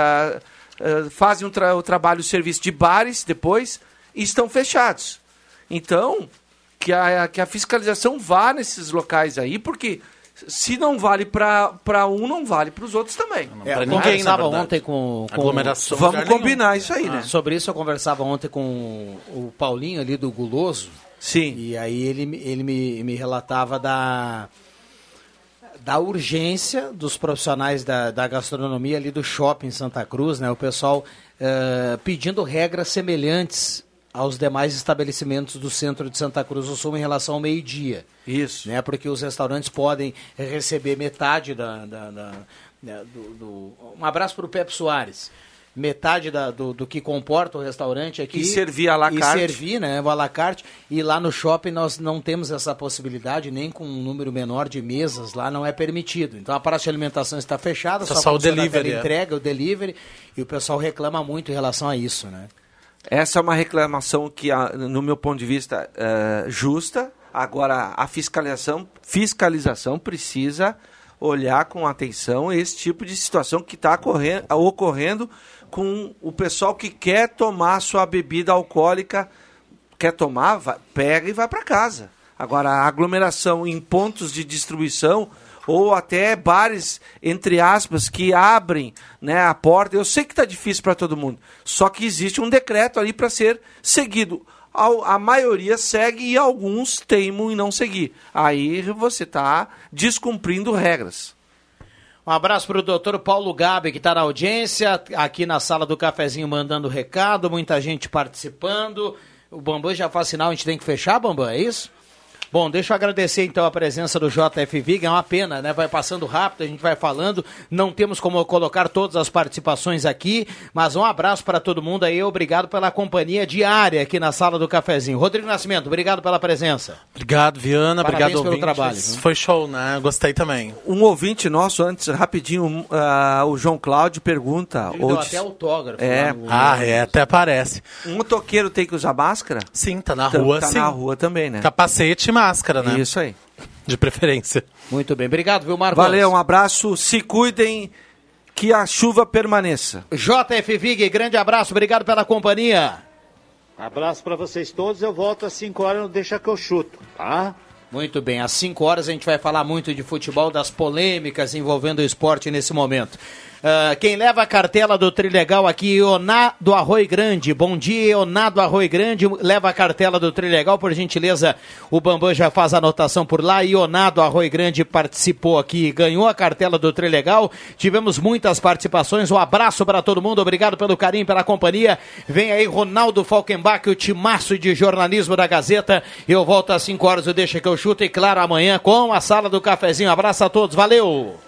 fazem o trabalho, o serviço de bares depois, e estão fechados. Então, que a fiscalização vá nesses locais aí, porque se não vale para um, não vale para os outros também. Ninguém estava ontem com aglomeração. Vamos combinar isso aí, né? Sobre isso eu conversava ontem com o Paulinho ali do Guloso. Sim. E aí ele me relatava da urgência dos profissionais da gastronomia ali do shopping Santa Cruz, né? O pessoal pedindo regras semelhantes aos demais estabelecimentos do centro de Santa Cruz do Sul em relação ao meio-dia. Isso. Né? Porque os restaurantes podem receber metade um abraço para o Pepe Soares. Metade do que comporta o restaurante aqui. E servir à la carte. E servir, né, o à la carte. E lá no shopping nós não temos essa possibilidade, nem com um número menor de mesas lá não é permitido. Então a praça de alimentação está fechada, só o delivery. Entrega, o delivery, e o pessoal reclama muito em relação a isso, né? Essa é uma reclamação que, no meu ponto de vista, é justa. Agora, a fiscalização precisa olhar com atenção esse tipo de situação que está ocorrendo com o pessoal que quer tomar sua bebida alcoólica, pega e vai para casa. Agora, a aglomeração em pontos de distribuição ou até bares, entre aspas, que abrem, né, a porta. Eu sei que está difícil para todo mundo, só que existe um decreto ali para ser seguido. A maioria segue e alguns teimam em não seguir. Aí você está descumprindo regras. Um abraço para o doutor Paulo Gabi, que está na audiência, aqui na sala do cafezinho mandando recado, muita gente participando. O Bambam já faz sinal, a gente tem que fechar, Bambam, é isso? Bom, deixa eu agradecer então a presença do JF Vig, é uma pena, né? Vai passando rápido, a gente vai falando, não temos como colocar todas as participações aqui, mas um abraço para todo mundo aí, obrigado pela companhia diária aqui na sala do cafezinho. Rodrigo Nascimento, obrigado pela presença. Obrigado, Viana, parabéns obrigado, pelo ouvintes. Trabalho. Foi show, né? Gostei também. Um ouvinte nosso, antes, rapidinho, o João Cláudio pergunta... Ele deu até autógrafo. Até parece. Um motoqueiro tem que usar máscara? Sim, tá na rua, sim. Tá na rua também, né? Capacete e máscara, né? Isso aí. De preferência. Muito bem, obrigado, viu, Marcos? Valeu, um abraço, se cuidem, que a chuva permaneça. JF Vig, grande abraço, obrigado pela companhia. Abraço para vocês todos, eu volto às 5 horas, não deixa que eu chuto, tá? Muito bem, às 5 horas a gente vai falar muito de futebol, das polêmicas envolvendo o esporte nesse momento. Quem leva a cartela do Trilegal aqui, Ioná do Arroio Grande. Bom dia, Ioná do Arroio Grande. Leva a cartela do Trilegal, por gentileza. O Bambam já faz a anotação por lá. Ioná do Arroio Grande participou aqui, ganhou a cartela do Trilegal. Tivemos muitas participações. Um abraço para todo mundo. Obrigado pelo carinho, pela companhia. Vem aí Ronaldo Falkenbach, o timaço de jornalismo da Gazeta. Eu volto às 5 horas, eu deixo que eu chuto. E claro, amanhã com a Sala do Cafezinho. Abraço a todos. Valeu!